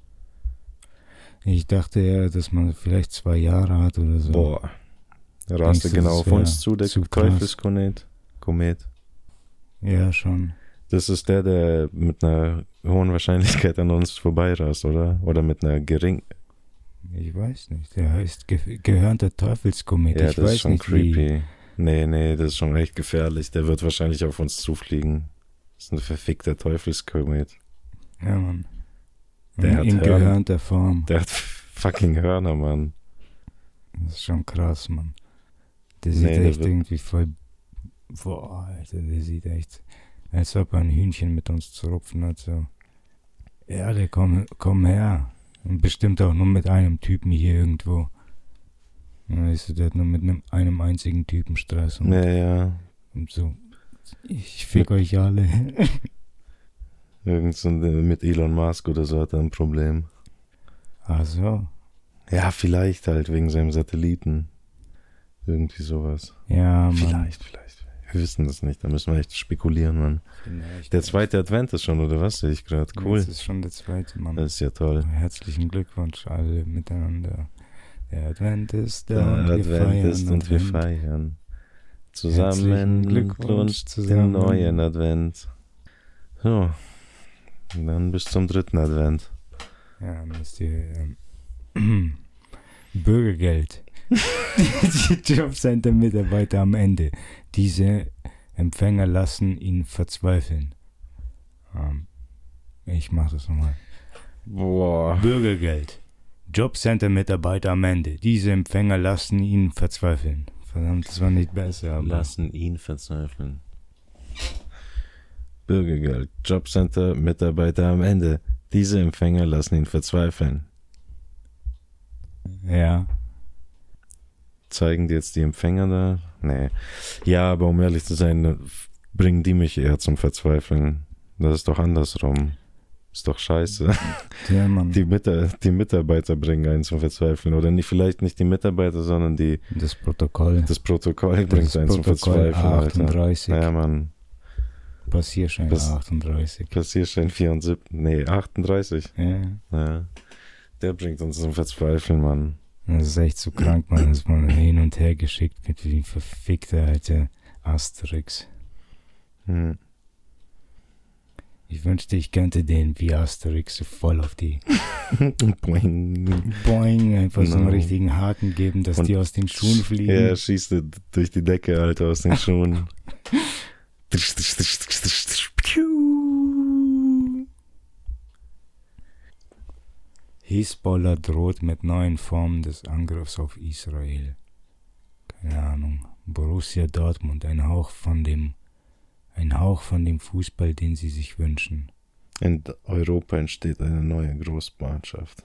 Ich dachte ja, dass man vielleicht 2 Jahre hat oder so. Boah. Da rast Denkst du, er genau das auf wär uns zu, der zu krass? Teufelskomet. Komet. Ja, schon. Das ist der mit einer hohen Wahrscheinlichkeit an uns vorbeirast, oder? Oder mit einer geringen. Ich weiß nicht. Der heißt gehörnter Teufelskomet. Ja, ich das weiß ist schon nicht, wie. creepy. Nee, das ist schon echt gefährlich. Der wird wahrscheinlich auf uns zufliegen. Das ist ein verfickter Teufelskomet. Ja, Mann. Der hat in Hörner. gehörnter Form. Der hat fucking Hörner, Mann. Das ist schon krass, Mann. Der Nee, sieht der echt wird- irgendwie voll. Boah, Alter, der sieht echt. Als ob er ein Hühnchen mit uns zu rupfen hat. So. Ja, der komm her. Und bestimmt auch nur mit einem Typen hier irgendwo. Weißt du, der hat nur mit einem einzigen Typen Stress. Ja. Und so. Ich fick euch alle. Irgend so mit Elon Musk oder so hat er ein Problem. Ach so. Ja, vielleicht halt wegen seinem Satelliten. Irgendwie sowas. Ja, Mann. Vielleicht. Wir wissen das nicht. Da müssen wir echt spekulieren, Mann. Vielleicht. Der zweite Advent ist schon, oder was? Sehe ich gerade. Cool. Das ist schon der zweite, Mann. Das ist ja toll. Herzlichen Glückwunsch alle miteinander. Der Advent ist da Der und wir Advent feiern ist und wir Advent. feiern. Herzlichen Zusammen Glückwunsch und zusammen. den neuen Advent. So. Und dann bis zum 3. Advent. Ja, müsst ihr Bürgergeld. Die Jobcenter-Mitarbeiter am Ende. Diese Empfänger lassen ihn verzweifeln. Ich mach das nochmal. Boah. Bürgergeld. Jobcenter-Mitarbeiter am Ende. Diese Empfänger lassen ihn verzweifeln. Verdammt, das war nicht besser, aber Lassen ihn verzweifeln. Bürgergeld. Jobcenter, Mitarbeiter am Ende. Diese Empfänger lassen ihn verzweifeln. ja. Zeigen die jetzt die Empfänger da? Nee. Ja, aber um ehrlich zu sein, bringen die mich eher zum Verzweifeln. Das ist doch andersrum. Ist doch scheiße. Ja, Mann. Die Mitarbeiter bringen einen zum Verzweifeln. Oder nicht, vielleicht nicht die Mitarbeiter, sondern Das Protokoll. das Protokoll bringt Das einen zum Protokoll Verzweifeln, Alter. 38. Ja, Mann. Passierschein Das- 38. Passierschein 74. Nee, 38. Ja. Ja. Der bringt uns zum Verzweifeln, Mann. Das ist echt so krank, man, dass man hin und her geschickt wird wie ein verfickter alter Asterix. Hm. Ich wünschte, ich könnte den wie Asterix so voll auf die Boing. Boing einfach so einen No. richtigen Haken geben, dass Und- die aus den Schuhen fliegen. Ja, schießt er durch die Decke, Alter, aus den Schuhen. Hisbollah droht mit neuen Formen des Angriffs auf Israel. keine Ahnung, Borussia Dortmund, ein Hauch von dem Fußball, den sie sich wünschen. In Europa entsteht eine neue Großmannschaft.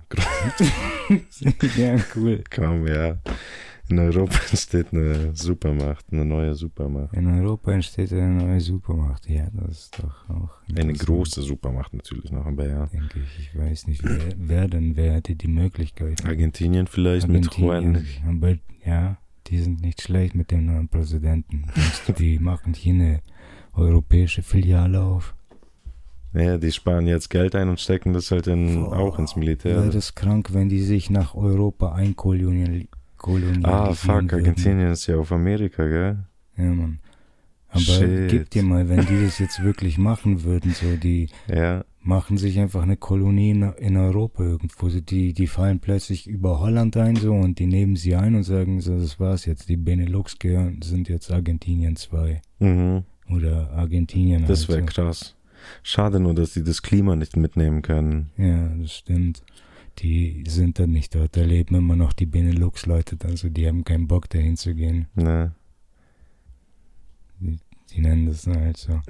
Ja, cool. Kaum, ja. In Europa entsteht eine Supermacht, eine neue Supermacht. In Europa entsteht eine neue Supermacht. Ja, das ist doch auch Eine große Supermacht natürlich noch, aber ja. denke ich. Ich weiß nicht, wer hätte die Möglichkeit. Argentinien vielleicht mit Juan. Aber ja, die sind nicht schlecht mit dem neuen Präsidenten. Denkst du, die machen hier eine europäische Filiale auf? Ja, die sparen jetzt Geld ein und stecken das halt auch ins Militär. Wäre das krank, wenn die sich nach Europa einkolonialisieren fuck, würden. Argentinien ist ja auf Amerika, gell? Ja, Mann. Aber Shit. gib dir mal, wenn die das jetzt wirklich machen würden, so, die Ja, machen sich einfach eine Kolonie in Europa irgendwo. So, die fallen plötzlich über Holland ein so und die nehmen sie ein und sagen so, das war's jetzt. Die Benelux sind jetzt Argentinien 2. Oder Argentinien. das wäre halt so. krass. Schade nur, dass die das Klima nicht mitnehmen können. Ja, das stimmt. Die sind dann nicht dort. Da leben immer noch die Benelux-Leute dann so, die haben keinen Bock dahin zu gehen. Ne? Die nennen das dann halt so.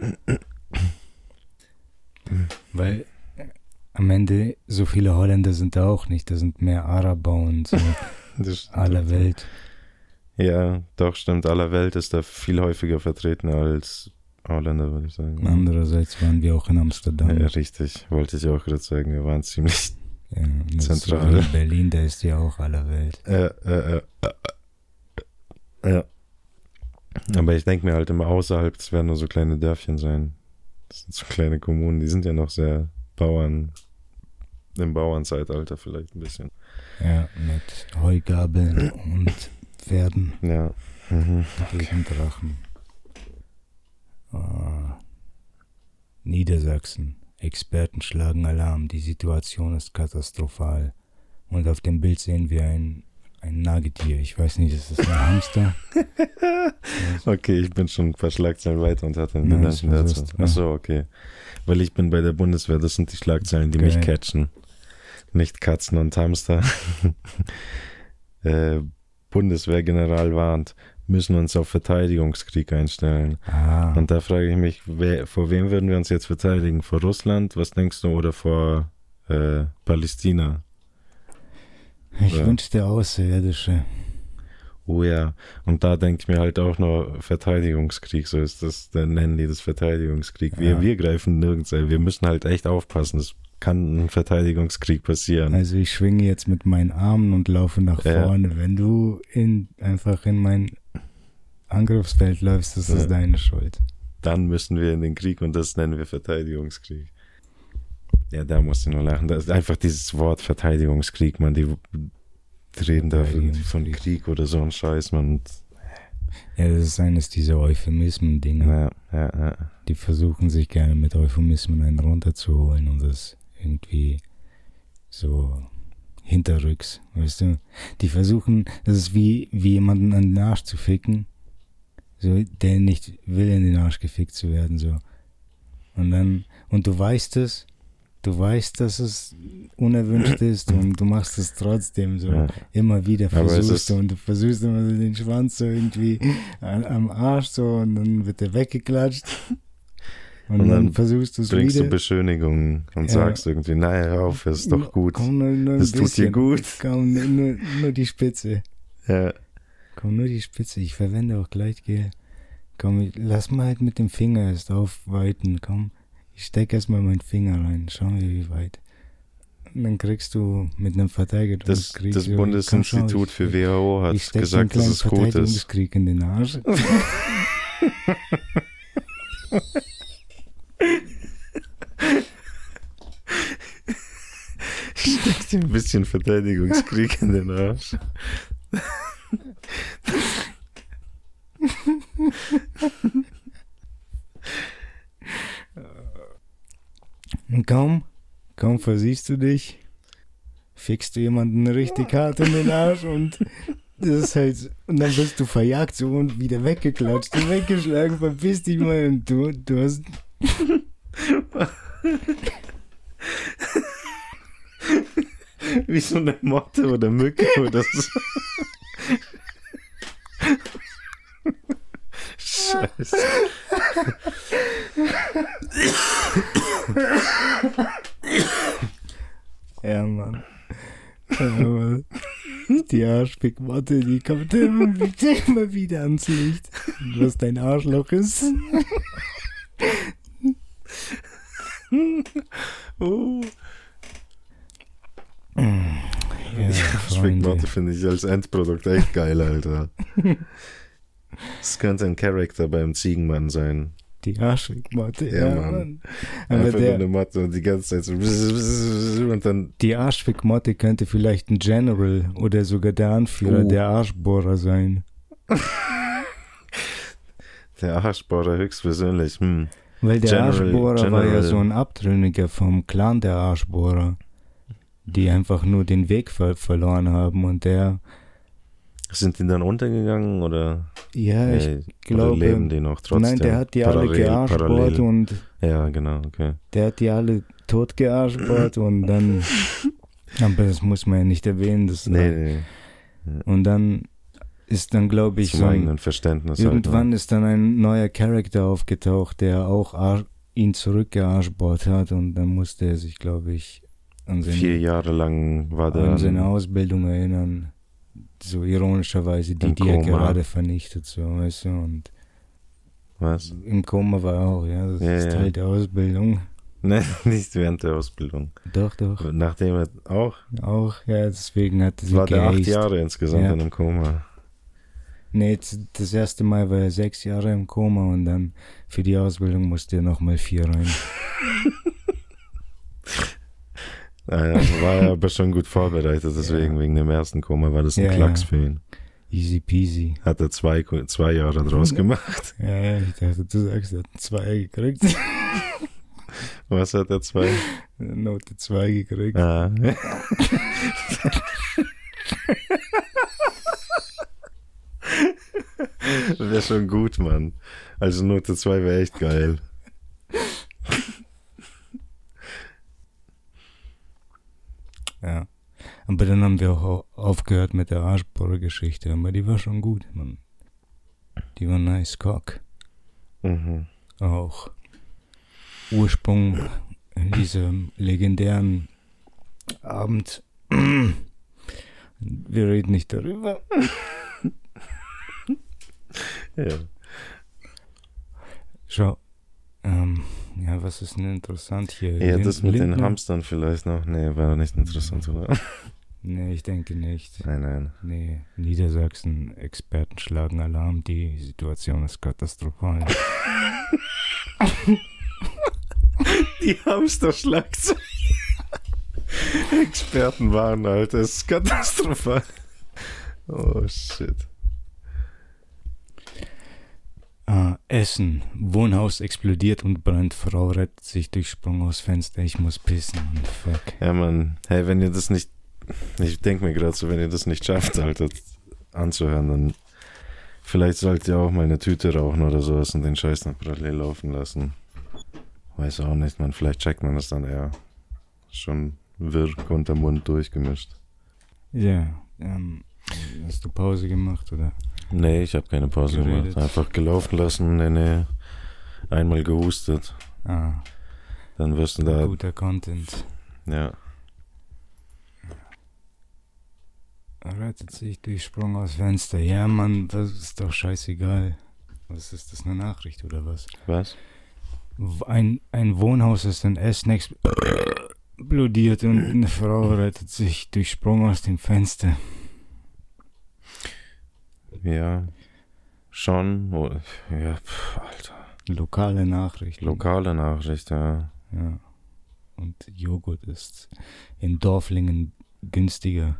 Weil am Ende so viele Holländer sind da auch nicht. Da sind mehr Araber und so Das aller Welt. Ja, doch, stimmt. Aller Welt ist da viel häufiger vertreten als Holländer, würde ich sagen. Andererseits waren wir auch in Amsterdam. Ja, richtig. Wollte ich auch gerade sagen. Wir waren ziemlich Ja, das zentral. ist so in Berlin, da ist ja auch aller Welt. Ja. Aber ich denke mir halt immer außerhalb, es werden nur so kleine Dörfchen sein. Das sind so kleine Kommunen, die sind ja noch sehr im Bauernzeitalter vielleicht ein bisschen. Ja, mit Heugabeln und Pferden Ja. gegen Drachen. Niedersachsen. Experten schlagen Alarm. Die Situation ist katastrophal. Und auf dem Bild sehen wir ein Nagetier. Ich weiß nicht, ist das ein Hamster? Okay, ich bin schon ein paar Schlagzeilen weiter und hatte einen Nein, Gedanken das dazu. ist- Achso, okay. Weil ich bin bei der Bundeswehr, das sind die Schlagzeilen, die mich Geil. catchen. Nicht Katzen und Hamster. Bundeswehrgeneral warnt, müssen uns auf Verteidigungskrieg einstellen. Und da frage ich mich, vor wem würden wir uns jetzt verteidigen? Vor Russland, was denkst du, oder vor Palästina? Ich Ja. wünschte Außerirdische. Oh ja, und da denke ich mir halt auch nur Verteidigungskrieg, so ist das, dann nennen die das Verteidigungskrieg. Ja. Wir greifen nirgends ein, wir müssen halt echt aufpassen, es kann ein Verteidigungskrieg passieren. Also ich schwinge jetzt mit meinen Armen und laufe nach Ja. vorne. Wenn du einfach in mein Angriffsfeld läufst, ist das Ja. deine Schuld. Dann müssen wir in den Krieg und das nennen wir Verteidigungskrieg. Ja, da musst du nur lachen. Das ist einfach dieses Wort Verteidigungskrieg, man, die reden da von Verteidigungskrieg. Krieg oder so ein Scheiß, man. Ja, das ist eines dieser Euphemismen-Dinge. Ja. Die versuchen sich gerne mit Euphemismen einen runterzuholen und das irgendwie so hinterrücks, weißt du? Die versuchen, das ist wie jemanden an den Arsch zu ficken, so, der nicht will, in den Arsch gefickt zu werden, so. Und du weißt es, dass es unerwünscht ist und du machst es trotzdem so. Ja. Immer wieder Aber es versuchst ist- du und du versuchst immer so den Schwanz so irgendwie am Arsch so und dann wird der weggeklatscht und dann dann versuchst du es Bringst du wieder. Beschönigungen und Ja. sagst irgendwie, nein, hör auf, es ist doch gut. Komm, nur ein Das tut dir bisschen. gut. Komm, nur die Spitze. Ja. Komm, nur die Spitze. Ich verwende auch Gleitgel. Komm, lass mal halt mit dem Finger erst aufweiten. Komm, ich stecke erstmal meinen Finger rein. Schauen wir, wie weit. Und dann kriegst du mit einem Verteidigungskrieg. Das so, Bundesinstitut komm, schau, für WHO hat ich steck gesagt, dass einen es kleinen gut ist. Verteidigungskrieg in den Arsch. Steck dir ein bisschen Verteidigungskrieg in den Arsch. Und kaum versiehst du dich, fickst du jemanden richtig hart in den Arsch und das ist halt, und dann wirst du verjagt so und wieder weggeklatscht und weggeschlagen, verpiss dich mal und du hast, Wie so eine Motte oder Mücke oder so. Aber die Arschfickmotte, die kommt immer wieder ans Licht. Was dein Arschloch ist. Ja, Arschfickmotte finde ich als Endprodukt echt geil, Alter. Das könnte ein Charakter beim Ziegenmann sein. Die Arschfickmotte, Ja, Mann. Einfach nur eine Motte und die ganze Zeit so und dann... Die Arschfickmotte könnte vielleicht ein General oder sogar der Anführer der Arschbohrer sein. Der Arschbohrer höchstpersönlich. Weil der Arschbohrer war ja General. so ein Abtrünniger vom Clan der Arschbohrer, die einfach nur den Weg verloren haben und der... Sind die dann untergegangen oder? Ja, ich glaube... Oder leben die noch trotzdem? Nein, der hat die alle gearschbohrt und... Ja, genau, okay. Der hat die alle tot gearschbohrt und dann... Aber das muss man ja nicht erwähnen. Das Nee. Und dann ist dann, glaube ich, Zum so eigenen Verständnis. irgendwann halt, ist dann ein neuer Charakter aufgetaucht, der auch ihn zurückgearschbohrt hat und dann musste er sich, glaube ich, an 4 Jahre lang war der an seine Ausbildung erinnern. So ironischerweise, die er Koma. gerade vernichtet, so, weißt du, und Was? im Koma war er auch, ja, das Ja, ist ja. Teil der Ausbildung. Nein, nicht während der Ausbildung. Doch. Nachdem er auch. Auch, ja, deswegen hat er sich War der 8 geaced. Jahre insgesamt Ja. in einem Koma. Nee, das erste Mal war er 6 Jahre im Koma und dann für die Ausbildung musste er nochmal 4 rein. Naja, war er aber schon gut vorbereitet, deswegen wegen dem ersten Koma war das ein Ja, Klacks ja. für ihn. Easy peasy. Hat er 2 Jahre draus gemacht. Ja, ich dachte, du sagst, er hat 2 gekriegt. Was hat er 2? Note 2 gekriegt. Ah. Wäre schon gut, Mann. Also Note 2 wäre echt geil. Ja. Aber dann haben wir auch aufgehört mit der Arschbohrer-Geschichte. Aber die war schon gut, Mann. Die war nice cock. Mhm. Auch Ursprung in diesem legendären Abend. Wir reden nicht darüber. Ja. Schau. Ja, was ist denn interessant hier? Ja, das mit den Lindner? Hamstern vielleicht noch. Nee, war nicht interessant, oder? Nee, ich denke nicht. Nein. Nee, Niedersachsen, Experten schlagen Alarm, die Situation ist katastrophal. Die Hamster-Schlagzeilen. Experten waren, Alter. Das ist katastrophal. Oh, shit. Essen. Wohnhaus explodiert und brennt. Frau rettet sich durch Sprung aus Fenster. Ich muss pissen. Fuck. Ja, Mann. Hey, wenn ihr das nicht... Ich denke mir gerade so, wenn ihr das nicht schafft, Alter, anzuhören, dann... Vielleicht sollt ihr auch mal eine Tüte rauchen oder sowas und den Scheiß noch parallel laufen lassen. Weiß auch nicht, man. Vielleicht checkt man das dann eher. Schon wirr unter Mund durchgemischt. Ja, hast du Pause gemacht, oder? Nee, ich habe keine Pause Geredet. gemacht. Einfach gelaufen lassen, nee. Einmal gehustet. Dann wirst du da... Guter Content. Ja. Rettet sich durch Sprung aus Fenster. Ja, Mann, das ist doch scheißegal. Was ist das, eine Nachricht oder was? Was? Ein Wohnhaus ist in Essen explodiert und eine Frau rettet sich durch Sprung aus dem Fenster. Ja. Schon. Oh, ja, Alter. Lokale Nachricht. Lokale Nachricht, ja. Ja. Und Joghurt ist in Dorflingen günstiger.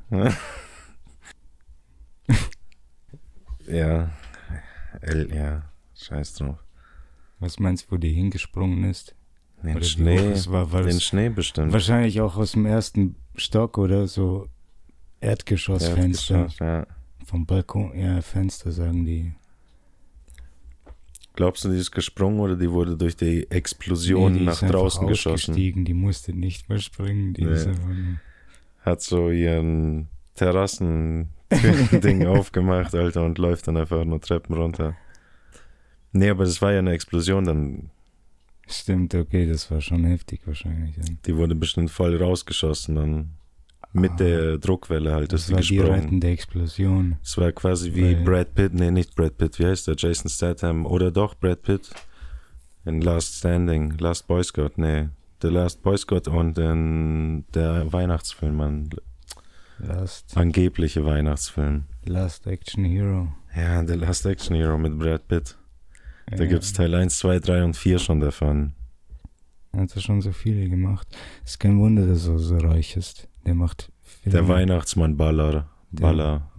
Ja. Ja. Scheiß drauf. Was meinst du, wo die hingesprungen ist? Den Oder wie Schnee. hoch es war Den das Schnee bestimmt. wahrscheinlich auch aus dem ersten Stock oder so Erdgeschossfenster. Erdgeschoss, ja. Vom Balkon, ja, Fenster sagen die. Glaubst du, die ist gesprungen oder die wurde durch die Explosion Nee, die nach ist einfach draußen geschossen? ausgestiegen, die musste nicht mehr springen. Die Nee. ist einfach nur- Hat so ihren Terrassen-Ding aufgemacht, Alter, und läuft dann einfach nur Treppen runter. Nee, aber das war ja eine Explosion, dann, Stimmt, okay, das war schon heftig wahrscheinlich. Dann. die wurde bestimmt voll rausgeschossen, dann. Mit der Druckwelle halt ist Das sie war die gesprungen. rettende Explosion. Es war quasi wie Weil- Brad Pitt, nee, nicht Brad Pitt, wie heißt der? Jason Statham oder doch Brad Pitt in Last Standing, Last Boy Scout, nee, The Last Boy Scout und in der Weihnachtsfilm, Mann. Angebliche Weihnachtsfilm. Last Action Hero. Ja, The Last Action Hero mit Brad Pitt. Da Ja. gibt's Teil 1, 2, 3 und 4 schon davon. Hat er schon so viele gemacht. Ist kein Wunder, dass er so reich ist. Der macht Filme. Der Weihnachtsmann Baller. Baller.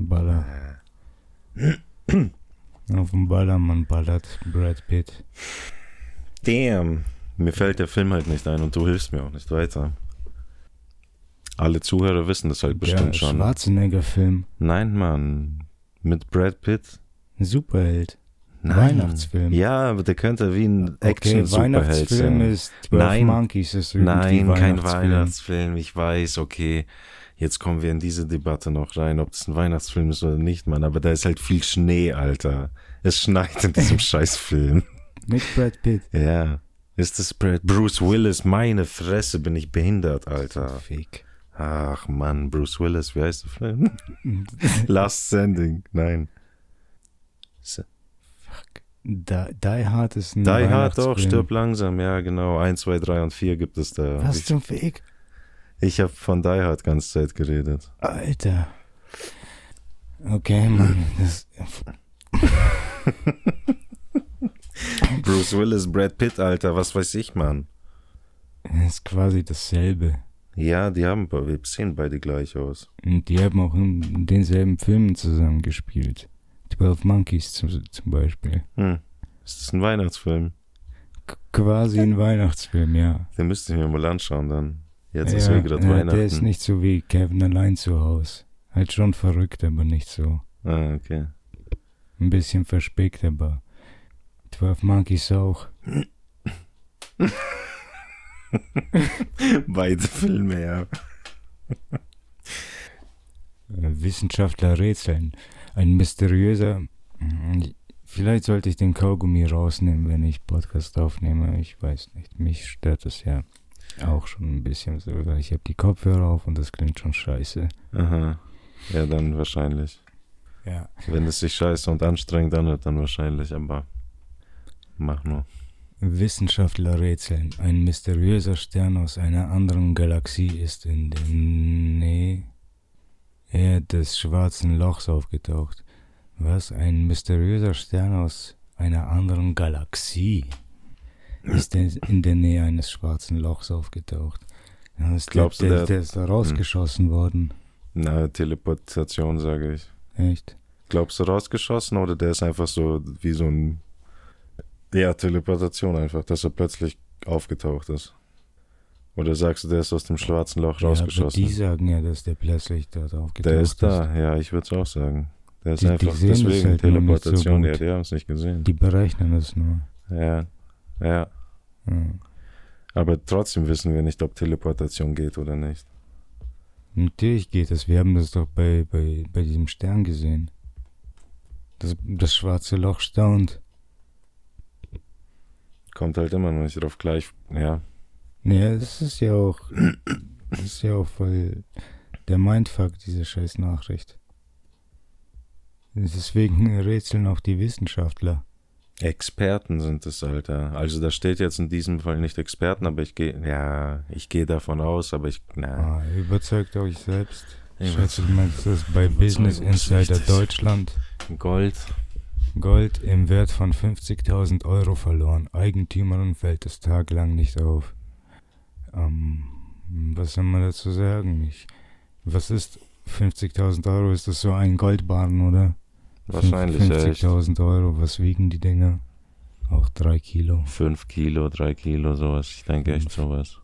Auf dem Ballermann ballert Brad Pitt. Damn. Mir fällt der Film halt nicht ein und du hilfst mir auch nicht weiter. Alle Zuhörer wissen das halt bestimmt Der schon. Schwarzenegger-Film. Nein, Mann. Mit Brad Pitt? Superheld. Nein. Weihnachtsfilm. Ja, aber der könnte wie ein Okay, Action-Superheld Weihnachtsfilm sein. ist 12 Nein. Monkeys ist irgendwie Nein, kein Weihnachtsfilm. Weihnachtsfilm. Ich weiß, okay. Jetzt kommen wir in diese Debatte noch rein, ob das ein Weihnachtsfilm ist oder nicht, Mann. Aber da ist halt viel Schnee, Alter. Es schneit in diesem Scheißfilm. Mit Brad Pitt. Ja. Ist das Bruce Willis? Meine Fresse, bin ich behindert, Alter. Fake. Ach Mann, Bruce Willis, wie heißt der Film? Last Standing, nein. Die Hard ist ein Die Hard Weihnachtsfilm. doch, stirb langsam, ja genau. 1, 2, 3 und 4 gibt es da. Was zum Fake? Ich habe von Die Hard ganze Zeit geredet. Alter. Okay, Mann. Das, Bruce Willis, Brad Pitt, Alter, was weiß ich, Mann. ist quasi dasselbe. Ja, wir sehen beide gleich aus. Und die haben auch in denselben Filmen zusammen gespielt. 12 Monkeys zum Beispiel. Ist das ein Weihnachtsfilm? Quasi ein Weihnachtsfilm, ja. Den müsste ich mir mal anschauen dann. Jetzt ist ja gerade Weihnachten. Der ist nicht so wie Kevin allein zu Hause. Halt schon verrückt, aber nicht so. Ah, okay. Ein bisschen verspickt, aber 12 Monkeys auch. Beide Filme, ja. Wissenschaftler rätseln. Ein mysteriöser... Vielleicht sollte ich den Kaugummi rausnehmen, wenn ich Podcast aufnehme. Ich weiß nicht. Mich stört das ja auch schon ein bisschen so. Weil ich habe die Kopfhörer auf und das klingt schon scheiße. Aha. Ja, dann wahrscheinlich. Ja. Wenn es sich scheiße und anstrengend anhört, dann wahrscheinlich, aber mach nur. Wissenschaftler rätseln. Ein mysteriöser Stern aus einer anderen Galaxie ist in der Nähe des Schwarzen Lochs aufgetaucht. Was? Ein mysteriöser Stern aus einer anderen Galaxie ist in der Nähe eines Schwarzen Lochs aufgetaucht. Ja, Glaubst du, der ist da rausgeschossen worden. Na, Teleportation, sage ich. Echt? Glaubst du rausgeschossen oder der ist einfach so wie so ein... Ja, Teleportation einfach, dass er plötzlich aufgetaucht ist. Oder sagst du, der ist aus dem Schwarzen Loch rausgeschossen? Ja, aber die sagen ja, dass der plötzlich dort aufgetaucht ist. Der ist da, ja, ich würde es auch sagen. Der ist Die einfach sehen das deswegen halt nur nicht so Teleportation, gut. ja, die haben es nicht gesehen. Die berechnen das nur. Ja. Ja. Aber trotzdem wissen wir nicht, ob Teleportation geht oder nicht. Natürlich geht das. Wir haben das doch bei diesem Stern gesehen. Das Schwarze Loch staunt. Kommt halt immer noch nicht drauf gleich, ja. Naja, das ist ja auch voll der Mindfuck, diese scheiß Nachricht. Deswegen rätseln auch die Wissenschaftler. Experten sind es, Alter. Also da steht jetzt in diesem Fall nicht Experten, aber ich gehe davon aus, aber Überzeugt euch selbst. Ich Schätze mal, das ist bei Business Insider Deutschland. Gold. Gold im Wert von 50.000 Euro verloren. Eigentümerin fällt es tagelang nicht auf. Was soll man dazu sagen? Was ist 50.000 Euro? Ist das so ein Goldbarren, oder? Wahrscheinlich, ja. 50.000 Euro, was wiegen die Dinger? Auch 3 Kilo. 5 Kilo, 3 Kilo, sowas. Ich denke echt sowas.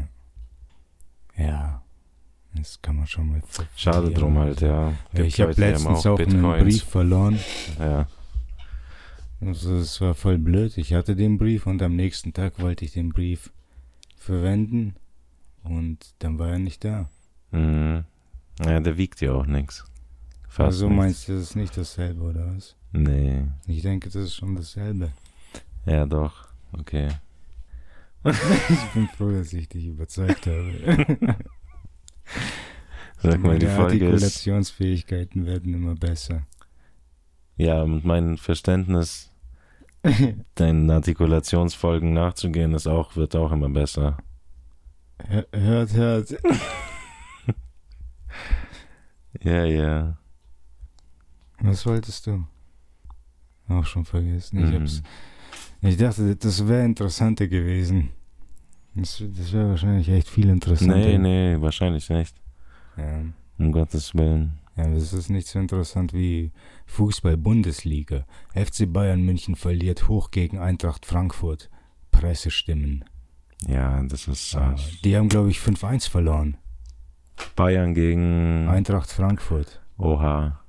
Ja. Das kann man schon mal... Schade drum halt, ja. Ich habe letztens auch einen Brief verloren. Ja. Also es war voll blöd. Ich hatte den Brief und am nächsten Tag wollte ich den Brief verwenden und dann war er nicht da. Mhm. Ja, der wiegt ja auch nichts. Also meinst du, das ist nicht dasselbe, oder was? Nee. Ich denke, das ist schon dasselbe. Ja, doch. Okay. Ich bin froh, dass ich dich überzeugt habe. Sag mal, die Meine Folge ist... Artikulationsfähigkeiten werden immer besser. Ja, und mein Verständnis, deinen Artikulationsfolgen nachzugehen, wird auch immer besser. Hört. Ja. Was wolltest du? Auch schon vergessen. Ich dachte, das wäre interessanter gewesen. Das wäre wahrscheinlich echt viel interessanter. Nee, wahrscheinlich nicht. Ja. Um Gottes Willen. Ja, das ist nicht so interessant wie Fußball-Bundesliga. FC Bayern München verliert hoch gegen Eintracht Frankfurt. Pressestimmen. Ja, das ist... Die haben, glaube ich, 5-1 verloren. Bayern gegen... Eintracht Frankfurt. Oha.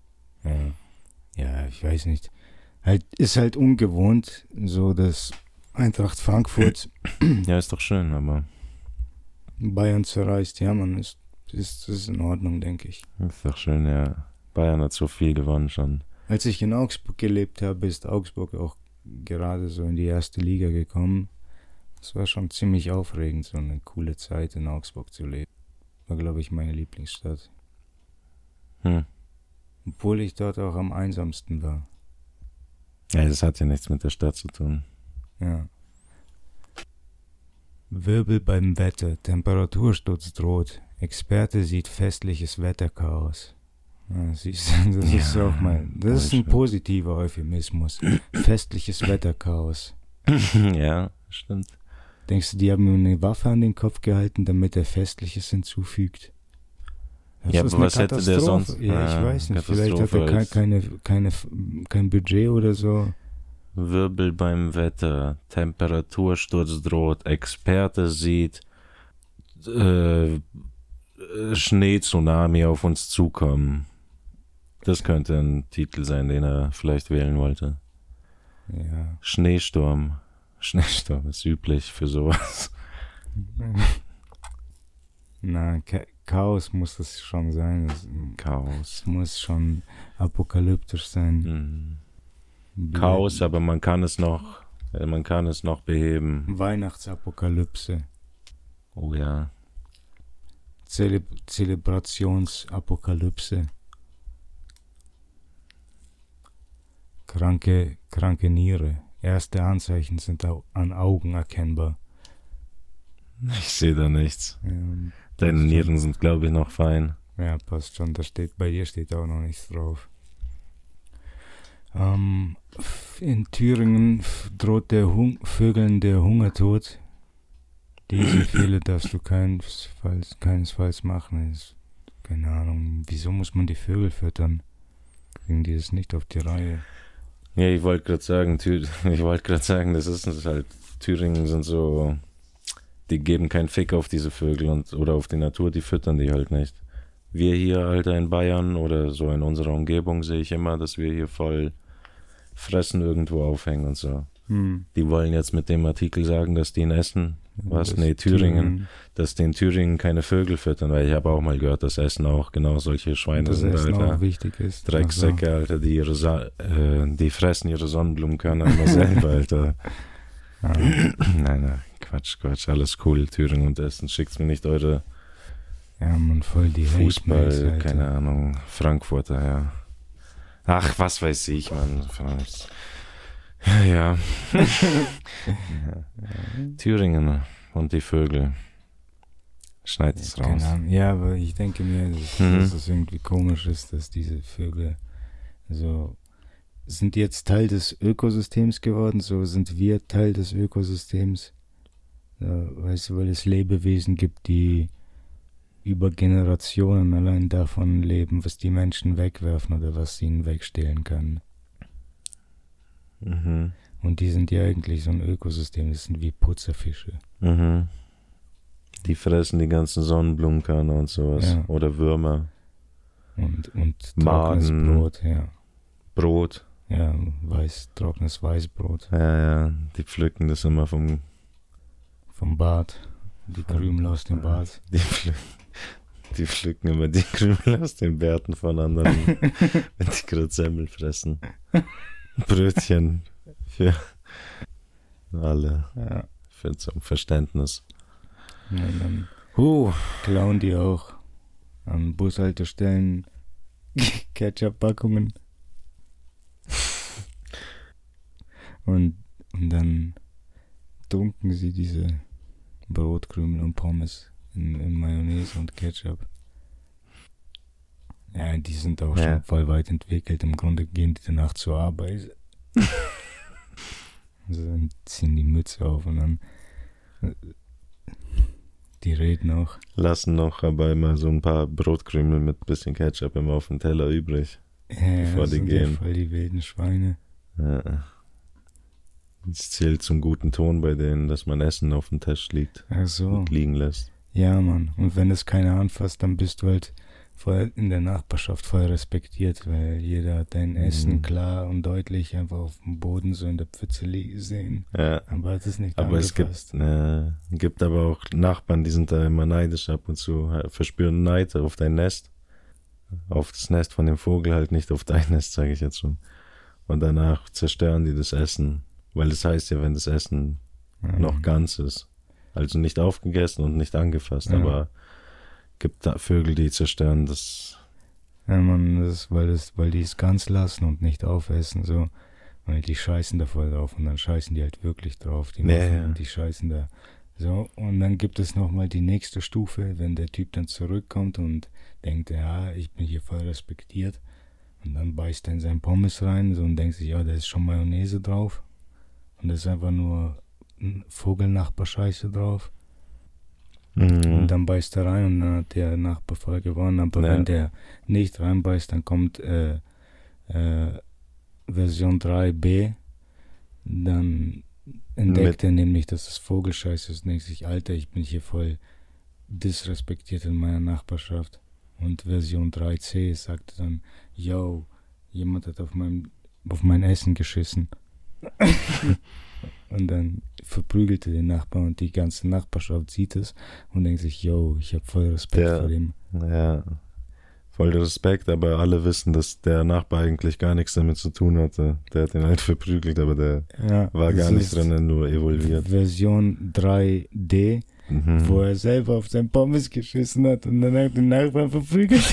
Ja, ich weiß nicht. Ist halt ungewohnt, so dass Eintracht Frankfurt Ja, ist doch schön, aber... Bayern zerreißt. Ja, man, ist in Ordnung, denke ich. Ist doch schön, ja. Bayern hat so viel gewonnen schon. Als ich in Augsburg gelebt habe, ist Augsburg auch gerade so in die erste Liga gekommen. Es war schon ziemlich aufregend, so eine coole Zeit in Augsburg zu leben. War, glaube ich, meine Lieblingsstadt. Obwohl ich dort auch am einsamsten war. Ja, das hat ja nichts mit der Stadt zu tun. Ja. Wirbel beim Wetter, Temperatursturz droht. Experte sieht festliches Wetterchaos. Ja, siehst du, das ist auch mal. Das ist ein positiver Euphemismus. Festliches Wetterchaos. Ja, stimmt. Denkst du, die haben ihm eine Waffe an den Kopf gehalten, damit er Festliches hinzufügt? Das ja, ist aber was hätte der sonst? Ja, ich weiß nicht. Vielleicht hat er kein Budget oder so. Wirbel beim Wetter, Temperatursturz droht, Experte sieht Schneetsunami auf uns zukommen. Das könnte ein Titel sein, den er vielleicht wählen wollte. Ja. Schneesturm. Schneesturm ist üblich für sowas. Na, Chaos muss es schon sein. Chaos. Es muss schon apokalyptisch sein. Chaos, aber man kann es noch beheben. Weihnachtsapokalypse. Oh ja. Zelebrationsapokalypse. Kranke Niere. Erste Anzeichen sind an Augen erkennbar. Ich sehe da nichts. Ja, deine Nieren sind, glaube ich, noch fein. Ja, passt schon. Bei dir steht auch noch nichts drauf. In Thüringen droht Vögeln der Hungertod. Diese Fehler darfst du keinesfalls machen. Keine Ahnung, wieso muss man die Vögel füttern? Kriegen die das nicht auf die Reihe? Ja, ich wollte gerade sagen, das ist halt, Thüringen sind so, die geben keinen Fick auf diese Vögel oder auf die Natur, die füttern die halt nicht. Wir hier, Alter, in Bayern oder so in unserer Umgebung sehe ich immer, dass wir hier voll Fressen irgendwo aufhängen und so. Die wollen jetzt mit dem Artikel sagen, dass die in Essen, Thüringen, dass die in Thüringen keine Vögel füttern, weil ich habe auch mal gehört, dass Essen auch genau solche Schweine sind, Alter. Auch wichtig ist. Drecksäcke, Alter, die fressen ihre Sonnenblumenkörner immer selber, Alter. Nein, Quatsch, alles cool, Thüringen und Essen, schickt's mir nicht eure voll die Fußball, keine Ahnung, Frankfurter, ja. Ach, was weiß ich, Mann. Ja. Thüringen und die Vögel. Schneid es raus. Ja, aber ich denke mir, dass es irgendwie komisch ist, dass diese Vögel so sind jetzt Teil des Ökosystems geworden, so sind wir Teil des Ökosystems. Weißt du, weil es Lebewesen gibt, die über Generationen allein davon leben, was die Menschen wegwerfen oder was sie ihnen wegstehlen können. Und die sind ja eigentlich so ein Ökosystem, das sind wie Putzerfische. Die fressen die ganzen Sonnenblumenkörner und sowas. Ja. Oder Würmer. Und trockenes Brot, ja. Brot. Ja, trockenes Weißbrot. Ja, die pflücken das immer vom Bad. Die Krümel aus dem Bad. Die pflücken immer die Krümel aus den Bärten von anderen, wenn die gerade Semmel fressen. Brötchen für alle. Ja. Für zum Verständnis. Ja, dann klauen die auch an Bushaltestellen Ketchup-Packungen. Und dann tunken sie diese Brotkrümel und Pommes in Mayonnaise und Ketchup. Ja, die sind auch schon voll weit entwickelt. Im Grunde gehen die danach zur Arbeit. Also dann ziehen die Mütze auf und dann die reden auch. Lassen noch aber immer so ein paar Brotkrümel mit bisschen Ketchup immer auf dem Teller übrig, bevor die gehen. Voll die wilden Schweine. Ja. Es zählt zum guten Ton bei denen, dass man Essen auf dem Tisch liegt und liegen lässt. Ja, Mann. Und wenn es keiner anfasst, dann bist du halt voll in der Nachbarschaft voll respektiert, weil jeder hat dein Essen klar und deutlich einfach auf dem Boden so in der Pfütze sehen. Ja. Aber es ist nicht aber angefasst. Es gibt aber auch Nachbarn, die sind da immer neidisch ab und zu, verspüren Neid auf dein Nest. Auf das Nest von dem Vogel, halt nicht auf dein Nest, sage ich jetzt schon. Und danach zerstören die das Essen. Weil das heißt ja, wenn das Essen noch ganz ist. Also nicht aufgegessen und nicht angefasst, aber gibt da Vögel, die zerstören das. Ja, man, weil die es ganz lassen und nicht aufessen, so. Weil die scheißen da voll drauf und dann scheißen die halt wirklich drauf. Die scheißen da. So, und dann gibt es nochmal die nächste Stufe, wenn der Typ dann zurückkommt und denkt, ja, ich bin hier voll respektiert. Und dann beißt er in sein Pommes rein so und denkt sich, ja, da ist schon Mayonnaise drauf. Und da ist einfach nur Vogelnachbarscheiße drauf. Und dann beißt er rein und dann hat der Nachbar voll gewonnen. Aber wenn der nicht reinbeißt, dann kommt Version 3b. Dann entdeckt er nämlich, dass das Vogelscheiße ist. Und denkt sich, Alter, ich bin hier voll disrespektiert in meiner Nachbarschaft. Und Version 3c sagt dann, yo, jemand hat auf mein Essen geschissen. Und dann verprügelt er den Nachbarn und die ganze Nachbarschaft sieht es und denkt sich, yo, ich habe voll Respekt vor dem. Ja, voll Respekt, aber alle wissen, dass der Nachbar eigentlich gar nichts damit zu tun hatte. Der hat ihn halt verprügelt, aber der war gar nicht drin, nur evolviert. Version 3D, wo er selber auf sein Pommes geschissen hat und dann hat den Nachbarn verprügelt.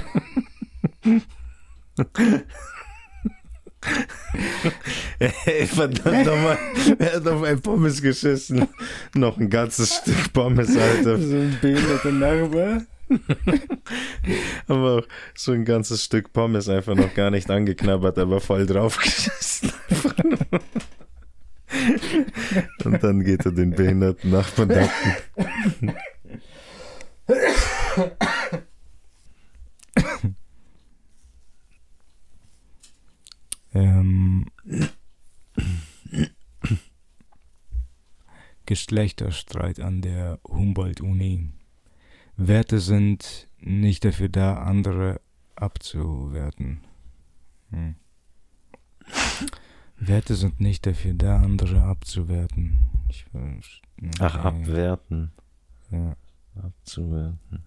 Ey, verdammt nochmal, er hat auf ein Pommes geschissen. Noch ein ganzes Stück Pommes, Alter. So ein behinderter Nachbar. Aber auch so ein ganzes Stück Pommes einfach noch gar nicht angeknabbert, aber voll drauf geschissen. Und dann geht er den behinderten Nachbarn danken. Geschlechterstreit an der Humboldt-Uni. Werte sind nicht dafür da, andere abzuwerten. Werte sind nicht dafür da, andere abzuwerten. Ach, abwerten. Ja. Abzuwerten.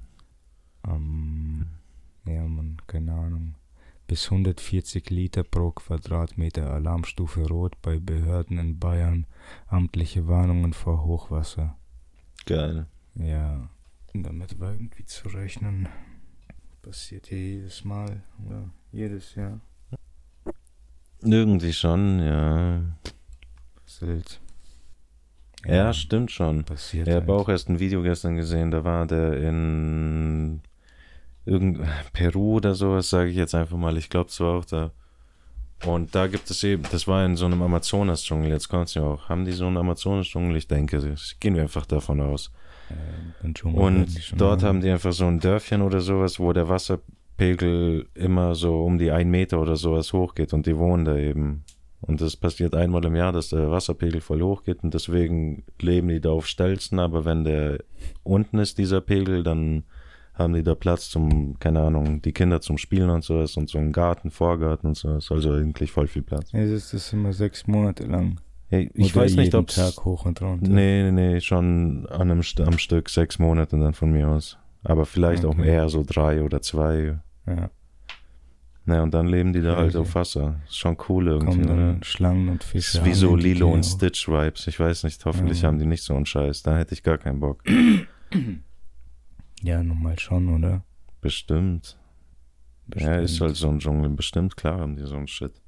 Ja, Mann, keine Ahnung. Bis 140 Liter pro Quadratmeter, Alarmstufe Rot bei Behörden in Bayern, amtliche Warnungen vor Hochwasser. Geil. Ja, damit war irgendwie zu rechnen. Passiert hier jedes Mal oder jedes Jahr. Irgendwie schon, ja. Sylt. Ja, stimmt schon. Passiert Ich habe halt. auch erst ein Video gestern gesehen, da war der in Peru oder sowas, sage ich jetzt einfach mal. Ich glaube, es war auch da. Und da gibt es eben, das war in so einem Amazonas-Dschungel, jetzt kommt es ja auch. Haben die so einen Amazonas-Dschungel? Ich denke, gehen wir einfach davon aus. Und dort haben die einfach so ein Dörfchen oder sowas, wo der Wasserpegel immer so um die 1 Meter oder sowas hochgeht und die wohnen da eben. Und das passiert einmal im Jahr, dass der Wasserpegel voll hochgeht und deswegen leben die da auf Stelzen, aber wenn der unten ist, dieser Pegel, dann haben die da Platz zum, keine Ahnung, die Kinder zum Spielen und sowas und so einen Garten, Vorgarten und sowas, also eigentlich voll viel Platz. Ja, das ist immer 6 Monate lang. Hey, ich weiß nicht, ob Tag hoch und runter. Nee, schon am Stück 6 Monate dann von mir aus. Aber vielleicht auch eher so 3 oder 2. Ja. Na, und dann leben die da halt auf Wasser. Ist schon cool irgendwie, Kommen dann oder? Schlangen und Fische. Ist wie so Lilo und Stitch Vibes. Ich weiß nicht, hoffentlich haben die nicht so einen Scheiß. Da hätte ich gar keinen Bock. Ja, nochmal schon, oder? Bestimmt. Ja, ist halt so ein Dschungel. Bestimmt, klar haben die so einen Shit.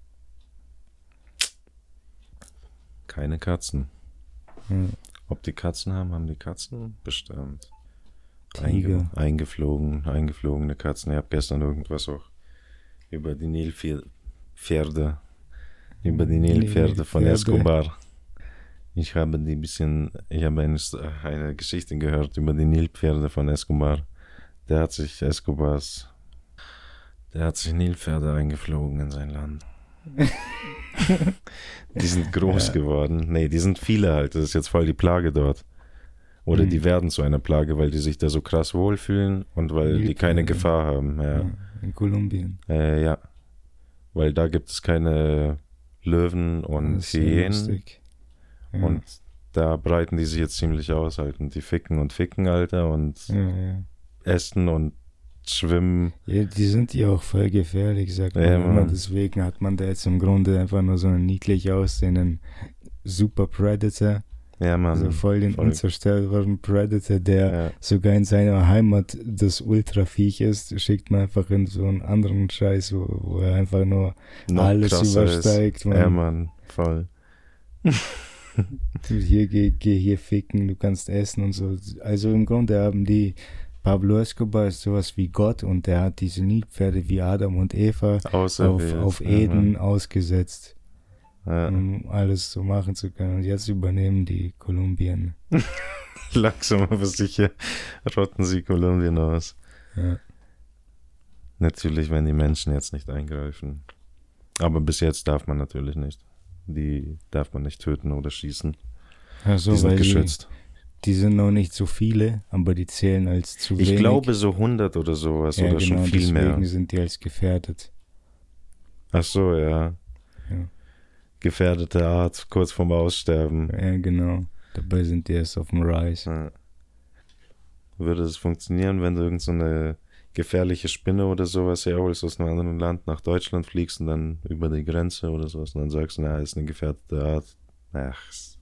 Keine Katzen. Ja. Ob die Katzen haben die Katzen? Bestimmt. Tiger. Eingeflogene Katzen. Ich habe gestern irgendwas auch über die Nilpferde von Escobar. Ich habe eine Geschichte gehört über die Nilpferde von Escobar. Der hat sich Nilpferde eingeflogen in sein Land. Die sind groß geworden. Nee, die sind viele halt. Das ist jetzt voll die Plage dort. Oder die werden zu einer Plage, weil die sich da so krass wohlfühlen und weil die keine Gefahr haben. Ja. In Kolumbien. Ja. Weil da gibt es keine Löwen und Hyänen. Ja. Und da breiten die sich jetzt ziemlich aus halt. Und die ficken, Alter. Und essen und schwimmen. Ja, die sind ja auch voll gefährlich, sagt man. Deswegen hat man da jetzt im Grunde einfach nur so einen niedlich aussehenden Super Predator. Ja, Mann. Also voll den unzerstörbaren Predator, der sogar in seiner Heimat das Ultraviech ist, schickt man einfach in so einen anderen Scheiß, wo er einfach nur noch alles übersteigt. Man. Ja, Mann, voll. Geh hier ficken, du kannst essen und so. Also im Grunde haben die Pablo Escobar ist sowas wie Gott und der hat diese Nilpferde wie Adam und Eva auf Eden ausgesetzt. Ja. Um alles so machen zu können. Und jetzt übernehmen die Kolumbien. Langsam aber sicher rotten sie Kolumbien aus. Ja. Natürlich, wenn die Menschen jetzt nicht eingreifen. Aber bis jetzt darf man natürlich nicht. Die darf man nicht töten oder schießen. Also, die sind geschützt. Die sind noch nicht so viele, aber die zählen als zu wenig. Ich glaube so 100 oder sowas oder schon viel mehr. Deswegen sind die als gefährdet. Ach so, ja. Gefährdete Art, kurz vorm Aussterben. Ja, genau. Dabei sind die erst auf dem Rise. Ja. Würde es funktionieren, wenn du irgend so eine gefährliche Spinne oder sowas herholst aus einem anderen Land, nach Deutschland fliegst und dann über die Grenze oder sowas und dann sagst du, na, ist eine gefährdete Art. Ach,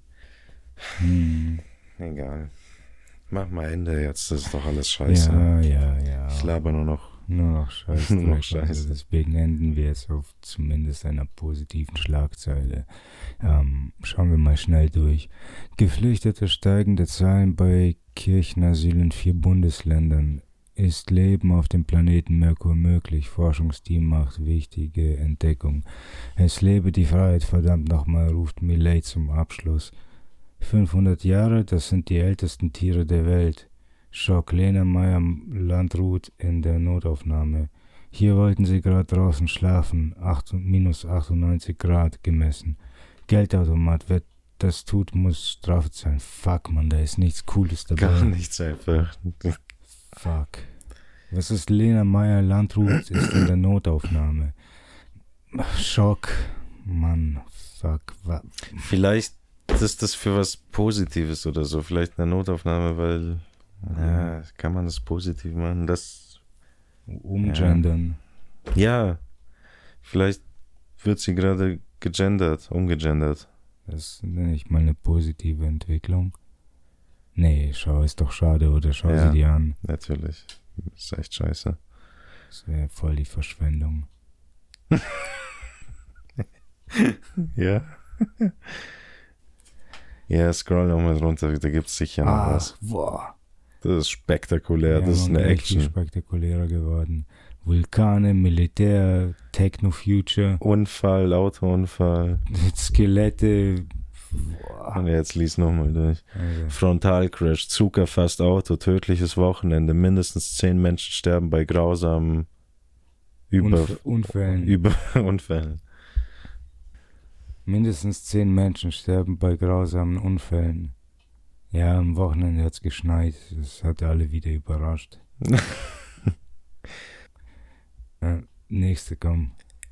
egal. Mach mal Ende jetzt, das ist doch alles scheiße. Ja. Ich laber nur noch Scheiße. Nur noch Scheiße. Also deswegen enden wir jetzt auf zumindest einer positiven Schlagzeile. Schauen wir mal schnell durch. Geflüchtete steigende Zahlen bei Kirchenasyl in 4 Bundesländern. Ist Leben auf dem Planeten Merkur möglich? Forschungsteam macht wichtige Entdeckung. Es lebe die Freiheit, verdammt nochmal, ruft Millet zum Abschluss. 500 Jahre, das sind die ältesten Tiere der Welt. Schock, Lena Meyer-Landrut in der Notaufnahme. Hier wollten sie gerade draußen schlafen, minus 98 Grad gemessen. Geldautomat, wer das tut, muss Strafe zahlen. Fuck, man, da ist nichts Cooles dabei. Gar nichts einfach. Fuck. Was ist Lena Meyer-Landrut ist in der Notaufnahme? Schock, Mann, fuck. Vielleicht ist das für was Positives oder so. Vielleicht eine Notaufnahme, weil kann man das positiv machen? Das umgendern. Ja, vielleicht wird sie gerade umgegendert. Das nenne ich mal eine positive Entwicklung. Nee, ist doch schade, oder? Schau sie dir an. Natürlich. Das ist echt scheiße. Das wäre voll die Verschwendung. Ja. Ja, scroll nochmal runter, da gibt es sicher noch was. Boah. Das ist spektakulär, das ist eine Action. Viel spektakulärer geworden. Vulkane, Militär, Techno-Future. Autounfall. Skelette. Boah. Und jetzt lies nochmal durch. Also. Frontalcrash, Zug erfasst Auto, tödliches Wochenende, mindestens 10 Menschen sterben bei grausamen Unfällen. Mindestens 10 Menschen sterben bei grausamen Unfällen. Ja, am Wochenende hat es geschneit. Das hat alle wieder überrascht. Nächste, komm.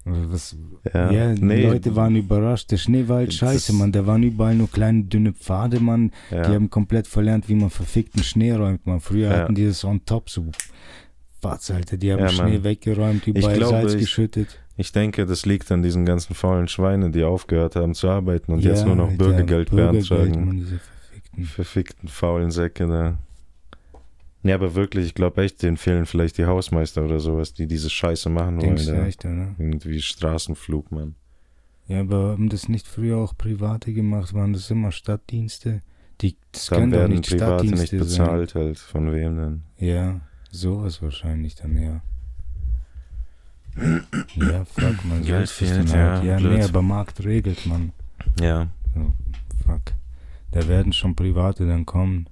Leute waren überrascht. Der Schnee war halt scheiße, Mann. Da waren überall nur kleine, dünne Pfade, Mann. Ja. Die haben komplett verlernt, wie man verfickten Schnee räumt, Mann. Früher hatten die das on top so. Was, Alter, die haben Schnee weggeräumt, überall Salz geschüttet. Ich denke, das liegt an diesen ganzen faulen Schweinen, die aufgehört haben zu arbeiten und jetzt nur noch Bürgergeld beantragen. Mann, diese verfickten faulen Säcke da. Ja, aber wirklich, ich glaube echt, denen fehlen vielleicht die Hausmeister oder sowas, die diese Scheiße machen Denkst du wollen. echt, oder? Irgendwie Straßenflug, Mann. Ja, aber haben das nicht früher auch Private gemacht? Waren das immer Stadtdienste? Das Dann können doch werden nicht Private nicht Stadtdienste bezahlt halt. Von wem denn? sein. Ja, sowas wahrscheinlich dann, ja. Ja, fuck, man. Geld So ist das fehlt, dann halt. ja, Ja, blöd. nee, aber Markt regelt, man. Ja. So, fuck. Da werden schon Private dann kommen.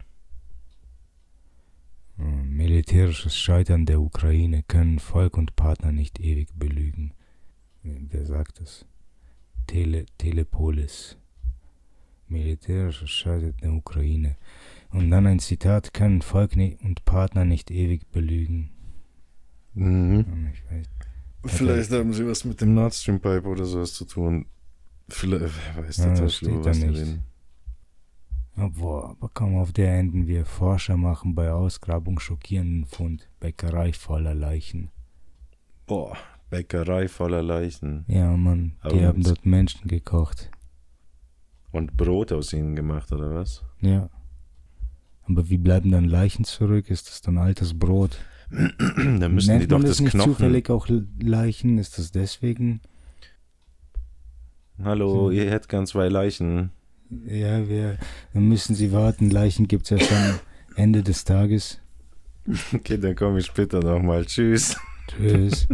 Militärisches Scheitern der Ukraine können Volk und Partner nicht ewig belügen. Wer sagt das? Telepolis. Militärisches Scheitern der Ukraine. Und dann ein Zitat, können Volk und Partner nicht ewig belügen. Mhm. Ich weiß. Vielleicht haben sie was mit dem Nord Stream Pipe oder sowas zu tun. Vielleicht, wer weiß Ja, das steht da was die nicht. reden. Aber kaum auf der enden wir. Forscher machen bei Ausgrabung schockierenden Fund. Bäckerei voller Leichen. Boah, Bäckerei voller Leichen. Ja, Mann, die Und- haben dort Menschen gekocht. Und Brot aus ihnen gemacht, oder was? Ja. Aber wie bleiben dann Leichen zurück? Ist das dann altes Brot? Dann müssen Nennt die doch man das nicht Knochen... zufällig auch Leichen? Ist das deswegen? Hallo, ihr hättet gern 2 Leichen. Ja, dann müssen sie warten. Leichen gibt es erst am Ende des Tages. Okay, dann komme ich später nochmal. Tschüss. Tschüss.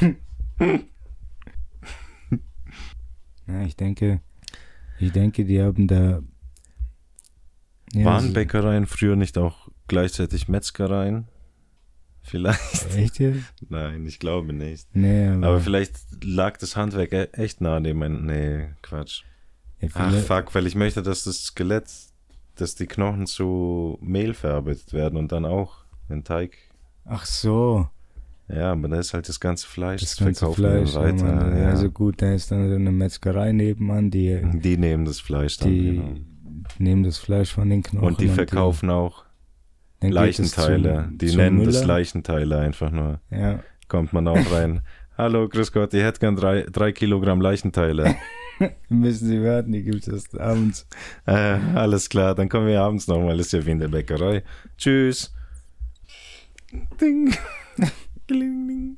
Ja, ich denke, die haben da... Ja, Waren Bäckereien früher nicht auch gleichzeitig Metzgereien? Vielleicht. Echt jetzt? Nein, ich glaube nicht. Nee, Aber vielleicht lag das Handwerk echt nah dem... Nee, Quatsch. ja, Ach, fuck, weil ich möchte, dass das Skelett, dass die Knochen zu Mehl verarbeitet werden und dann auch in Teig. Ach so, Ja, aber da ist halt das ganze Fleisch. das ganze verkaufen wir Fleisch. weiter. Ja, Mann, ja. Also gut, da ist dann so eine Metzgerei nebenan, die Die nehmen das Fleisch dann. Genau. nehmen das Fleisch von den Knochen. Und die verkaufen auch dann geht es Leichenteile. Die zum nennen das Müller. Leichenteile einfach nur. Ja, Kommt man auch rein. Hallo, grüß Gott, ihr hättet gern 3 Kilogramm Leichenteile. müssen Sie warten, die gibt es erst abends. Alles klar, dann kommen wir abends nochmal. Ist ja wie in der Bäckerei. Tschüss. Ding. Kling, ding.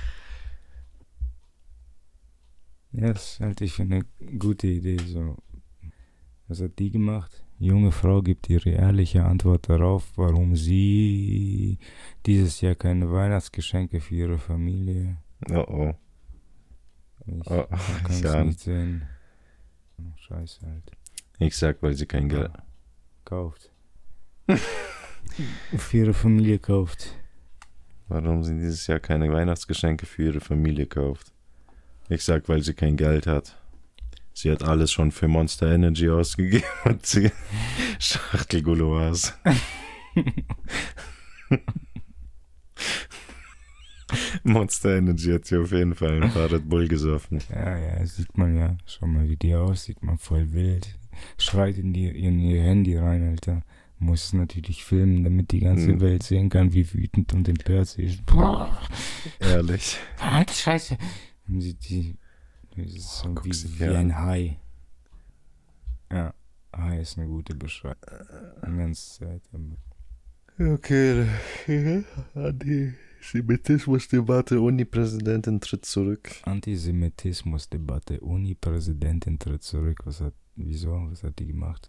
Ja, das halte ich für eine gute Idee. So. Was hat die gemacht? Junge Frau gibt ihre ehrliche Antwort darauf, warum sie dieses Jahr keine Weihnachtsgeschenke für ihre Familie. Oh. Ich Oh, kann es ja. nicht sehen. Scheiße halt. Ich sag, weil sie kein Geld... Kauft. Für ihre Familie kauft. Warum sie dieses Jahr keine Weihnachtsgeschenke für ihre Familie kauft. Ich sag, weil sie kein Geld hat. Sie hat alles schon für Monster Energy ausgegeben und sie Schachtel Gouloirs. Monster Energy hat sie auf jeden Fall ein paar Red Bull gesoffen. Ja, sieht man ja. Schau mal, wie die aussieht. Man voll wild. Schreit in ihr Handy rein, Alter. Muss es natürlich filmen, damit die ganze Welt sehen kann, wie wütend und empört sie ist. Boah, Ehrlich. halt Scheiße. Und das ist so guck sie wie an. ein Hai. Ja, Hai ist eine gute Beschreibung. Die ganze Zeit. Okay. Antisemitismusdebatte, Uni-Präsidentin tritt zurück. Antisemitismusdebatte. Uni-Präsidentin tritt zurück. Was hat die gemacht?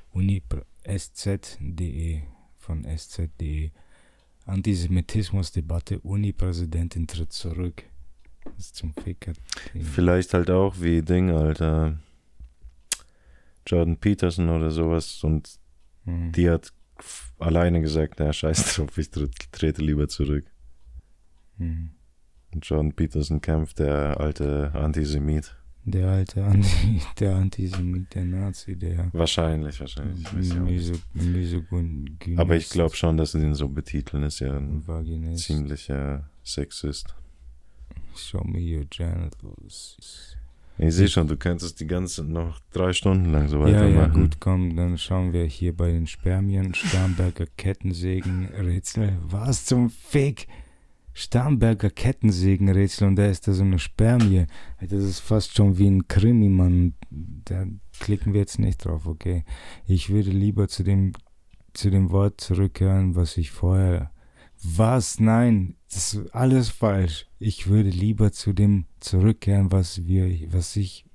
SZ.de von SZ.de. Antisemitismusdebatte. Uni-Präsidentin tritt zurück. Das ist zum Ficker. Vielleicht halt auch wie Ding, Alter. Jordan Peterson oder sowas. Und die hat alleine gesagt, na scheiß drauf, ich trete lieber zurück. Und Jordan Peterson kämpft, der alte Antisemit. Der alte Antisemit, der Nazi, der Wahrscheinlich. Ich weiß ja auch nicht. Misogynist. Aber ich glaube schon, dass sie den so betiteln, ist ja ein Vaginist. ziemlicher Sexist. Show me your genitals. Ich sehe schon, du könntest die ganze noch 3 Stunden lang so Ja, weitermachen. gut, komm, dann schauen wir hier bei den Spermien. Starnberger Kettensägenrätsel. Was zum Fick? Starnberger Kettensägenrätsel und da ist da so eine Spermie. Das ist fast schon wie ein Krimi, Mann. Da klicken wir jetzt nicht drauf, okay? Ich würde lieber zu dem Wort zurückkehren, was ich vorher Was? Nein, das ist alles falsch. Ich würde lieber zu dem zurückkehren, was ich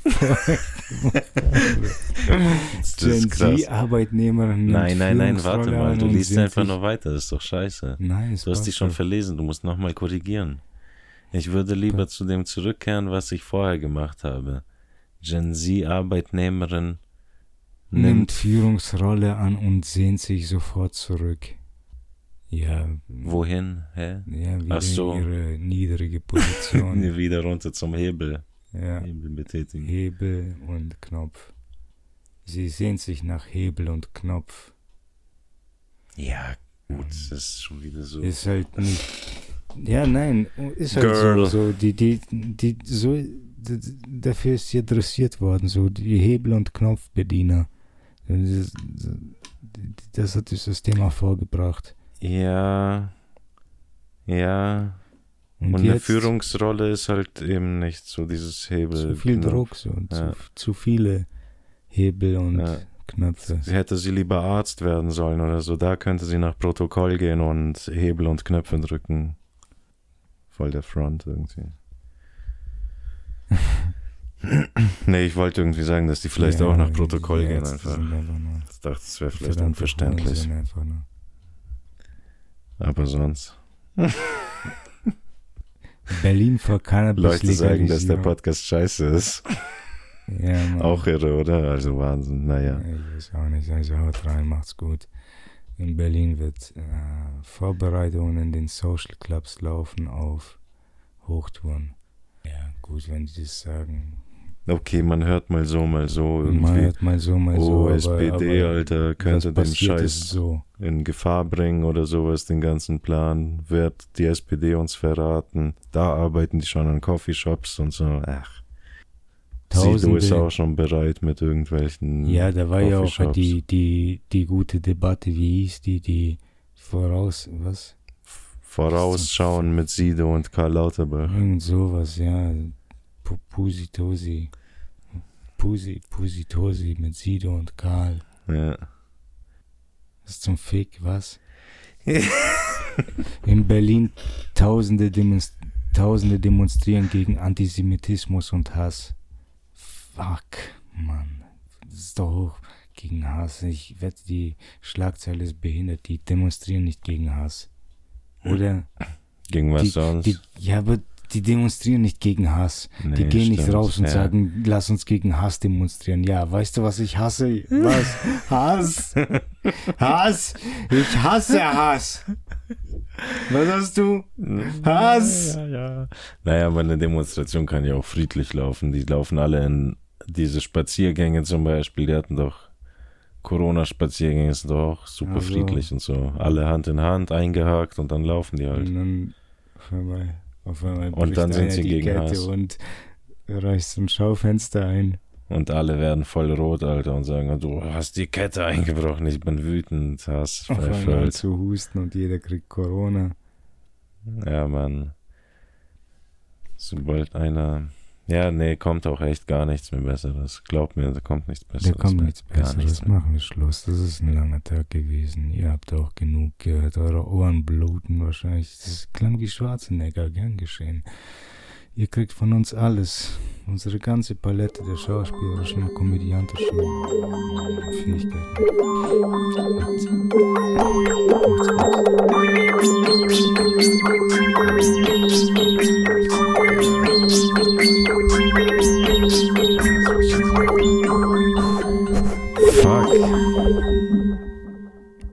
Gen Z-Arbeitnehmerin. Nein, warte mal, du liest einfach noch weiter, das ist doch scheiße. Nein, du hast dich schon verlesen, du musst nochmal korrigieren. Ich würde lieber zu dem zurückkehren, was ich vorher gemacht habe. Gen Z-Arbeitnehmerin nimmt Führungsrolle an und sehnt sich sofort zurück. Ja. Wohin? Hä? Ja, wieder ihre niedrige Position. Wieder runter zum Hebel. Ja. Hebel betätigen. Hebel und Knopf. Sie sehnt sich nach Hebel und Knopf. Ja, gut, das ist schon wieder so. Ist halt nicht. Ja, nein, ist halt Girl. so. Dafür ist sie dressiert worden, so die Hebel- und Knopfbediener. Das hat das System hervorgebracht. Ja. Und eine Führungsrolle ist halt eben nicht so dieses Hebel. Zu viel Druck, so. Zu viele Hebel und Knöpfe. Hätte sie lieber Arzt werden sollen oder so. Da könnte sie nach Protokoll gehen und Hebel und Knöpfe drücken. Voll der Front irgendwie. Nee, ich wollte irgendwie sagen, dass die vielleicht auch nach Protokoll gehen einfach. Ich dachte, das wäre vielleicht unverständlich. Aber sonst. Berlin vor Cannabis Leute sagen, dass der Podcast scheiße ist. Ja, Mann. Auch irre, oder? Also Wahnsinn, naja. Ich weiß auch nicht, also haut rein, macht's gut. In Berlin wird Vorbereitungen in den Social Clubs laufen auf Hochtouren. Ja, gut, wenn die das sagen. Okay, man hört mal so irgendwie. Man hört mal so. Oh, SPD, aber Alter, könnte den Scheiß so in Gefahr bringen oder sowas, den ganzen Plan. Wird die SPD uns verraten? Da arbeiten die schon an Coffeeshops und so. Ach. Sido ist auch schon bereit mit irgendwelchen. Ja, da war ja auch die gute Debatte, wie hieß die Vorausschauen mit Sido und Karl Lauterbach. Irgend sowas, ja. Pusitosi mit Sido und Karl. Ja. Das ist zum Fick, was? In Berlin Tausende demonstrieren gegen Antisemitismus und Hass. Fuck, Mann. Das ist doch hoch gegen Hass. Ich wette, die Schlagzeile ist behindert. Die demonstrieren nicht gegen Hass. Oder? Gegen was sonst? Aber die demonstrieren nicht gegen Hass. Nee, die gehen nicht raus und sagen, lass uns gegen Hass demonstrieren. Ja, weißt du, was ich hasse? Was? Hass? Hass? Ich hasse Hass. Was hast du? Hass? Ja. Naja, aber eine Demonstration kann ja auch friedlich laufen. Die laufen alle in diese Spaziergänge zum Beispiel. Die hatten doch Corona-Spaziergänge, sind doch auch super friedlich und so. Alle Hand in Hand eingehakt und dann laufen die halt. Und dann und dann sind sie gegen Kette Hass. Und reißt ein Schaufenster ein. Und alle werden voll rot, Alter, und sagen, du hast die Kette eingebrochen, ich bin wütend, Hass. Auf einmal zu husten und jeder kriegt Corona. Ja, Mann. Sobald einer... Ja, nee, kommt auch echt gar nichts mehr Besseres. Glaub mir, da kommt nichts Besseres. Da kommt nichts Besseres. Machen wir Schluss. Das ist ein langer Tag gewesen. Ihr habt auch genug gehört. Eure Ohren bluten wahrscheinlich. Das klang wie Schwarzenegger, gern geschehen. Ihr kriegt von uns alles. Unsere ganze Palette der schauspielerischen und komödiantischen Fähigkeiten. Fuck.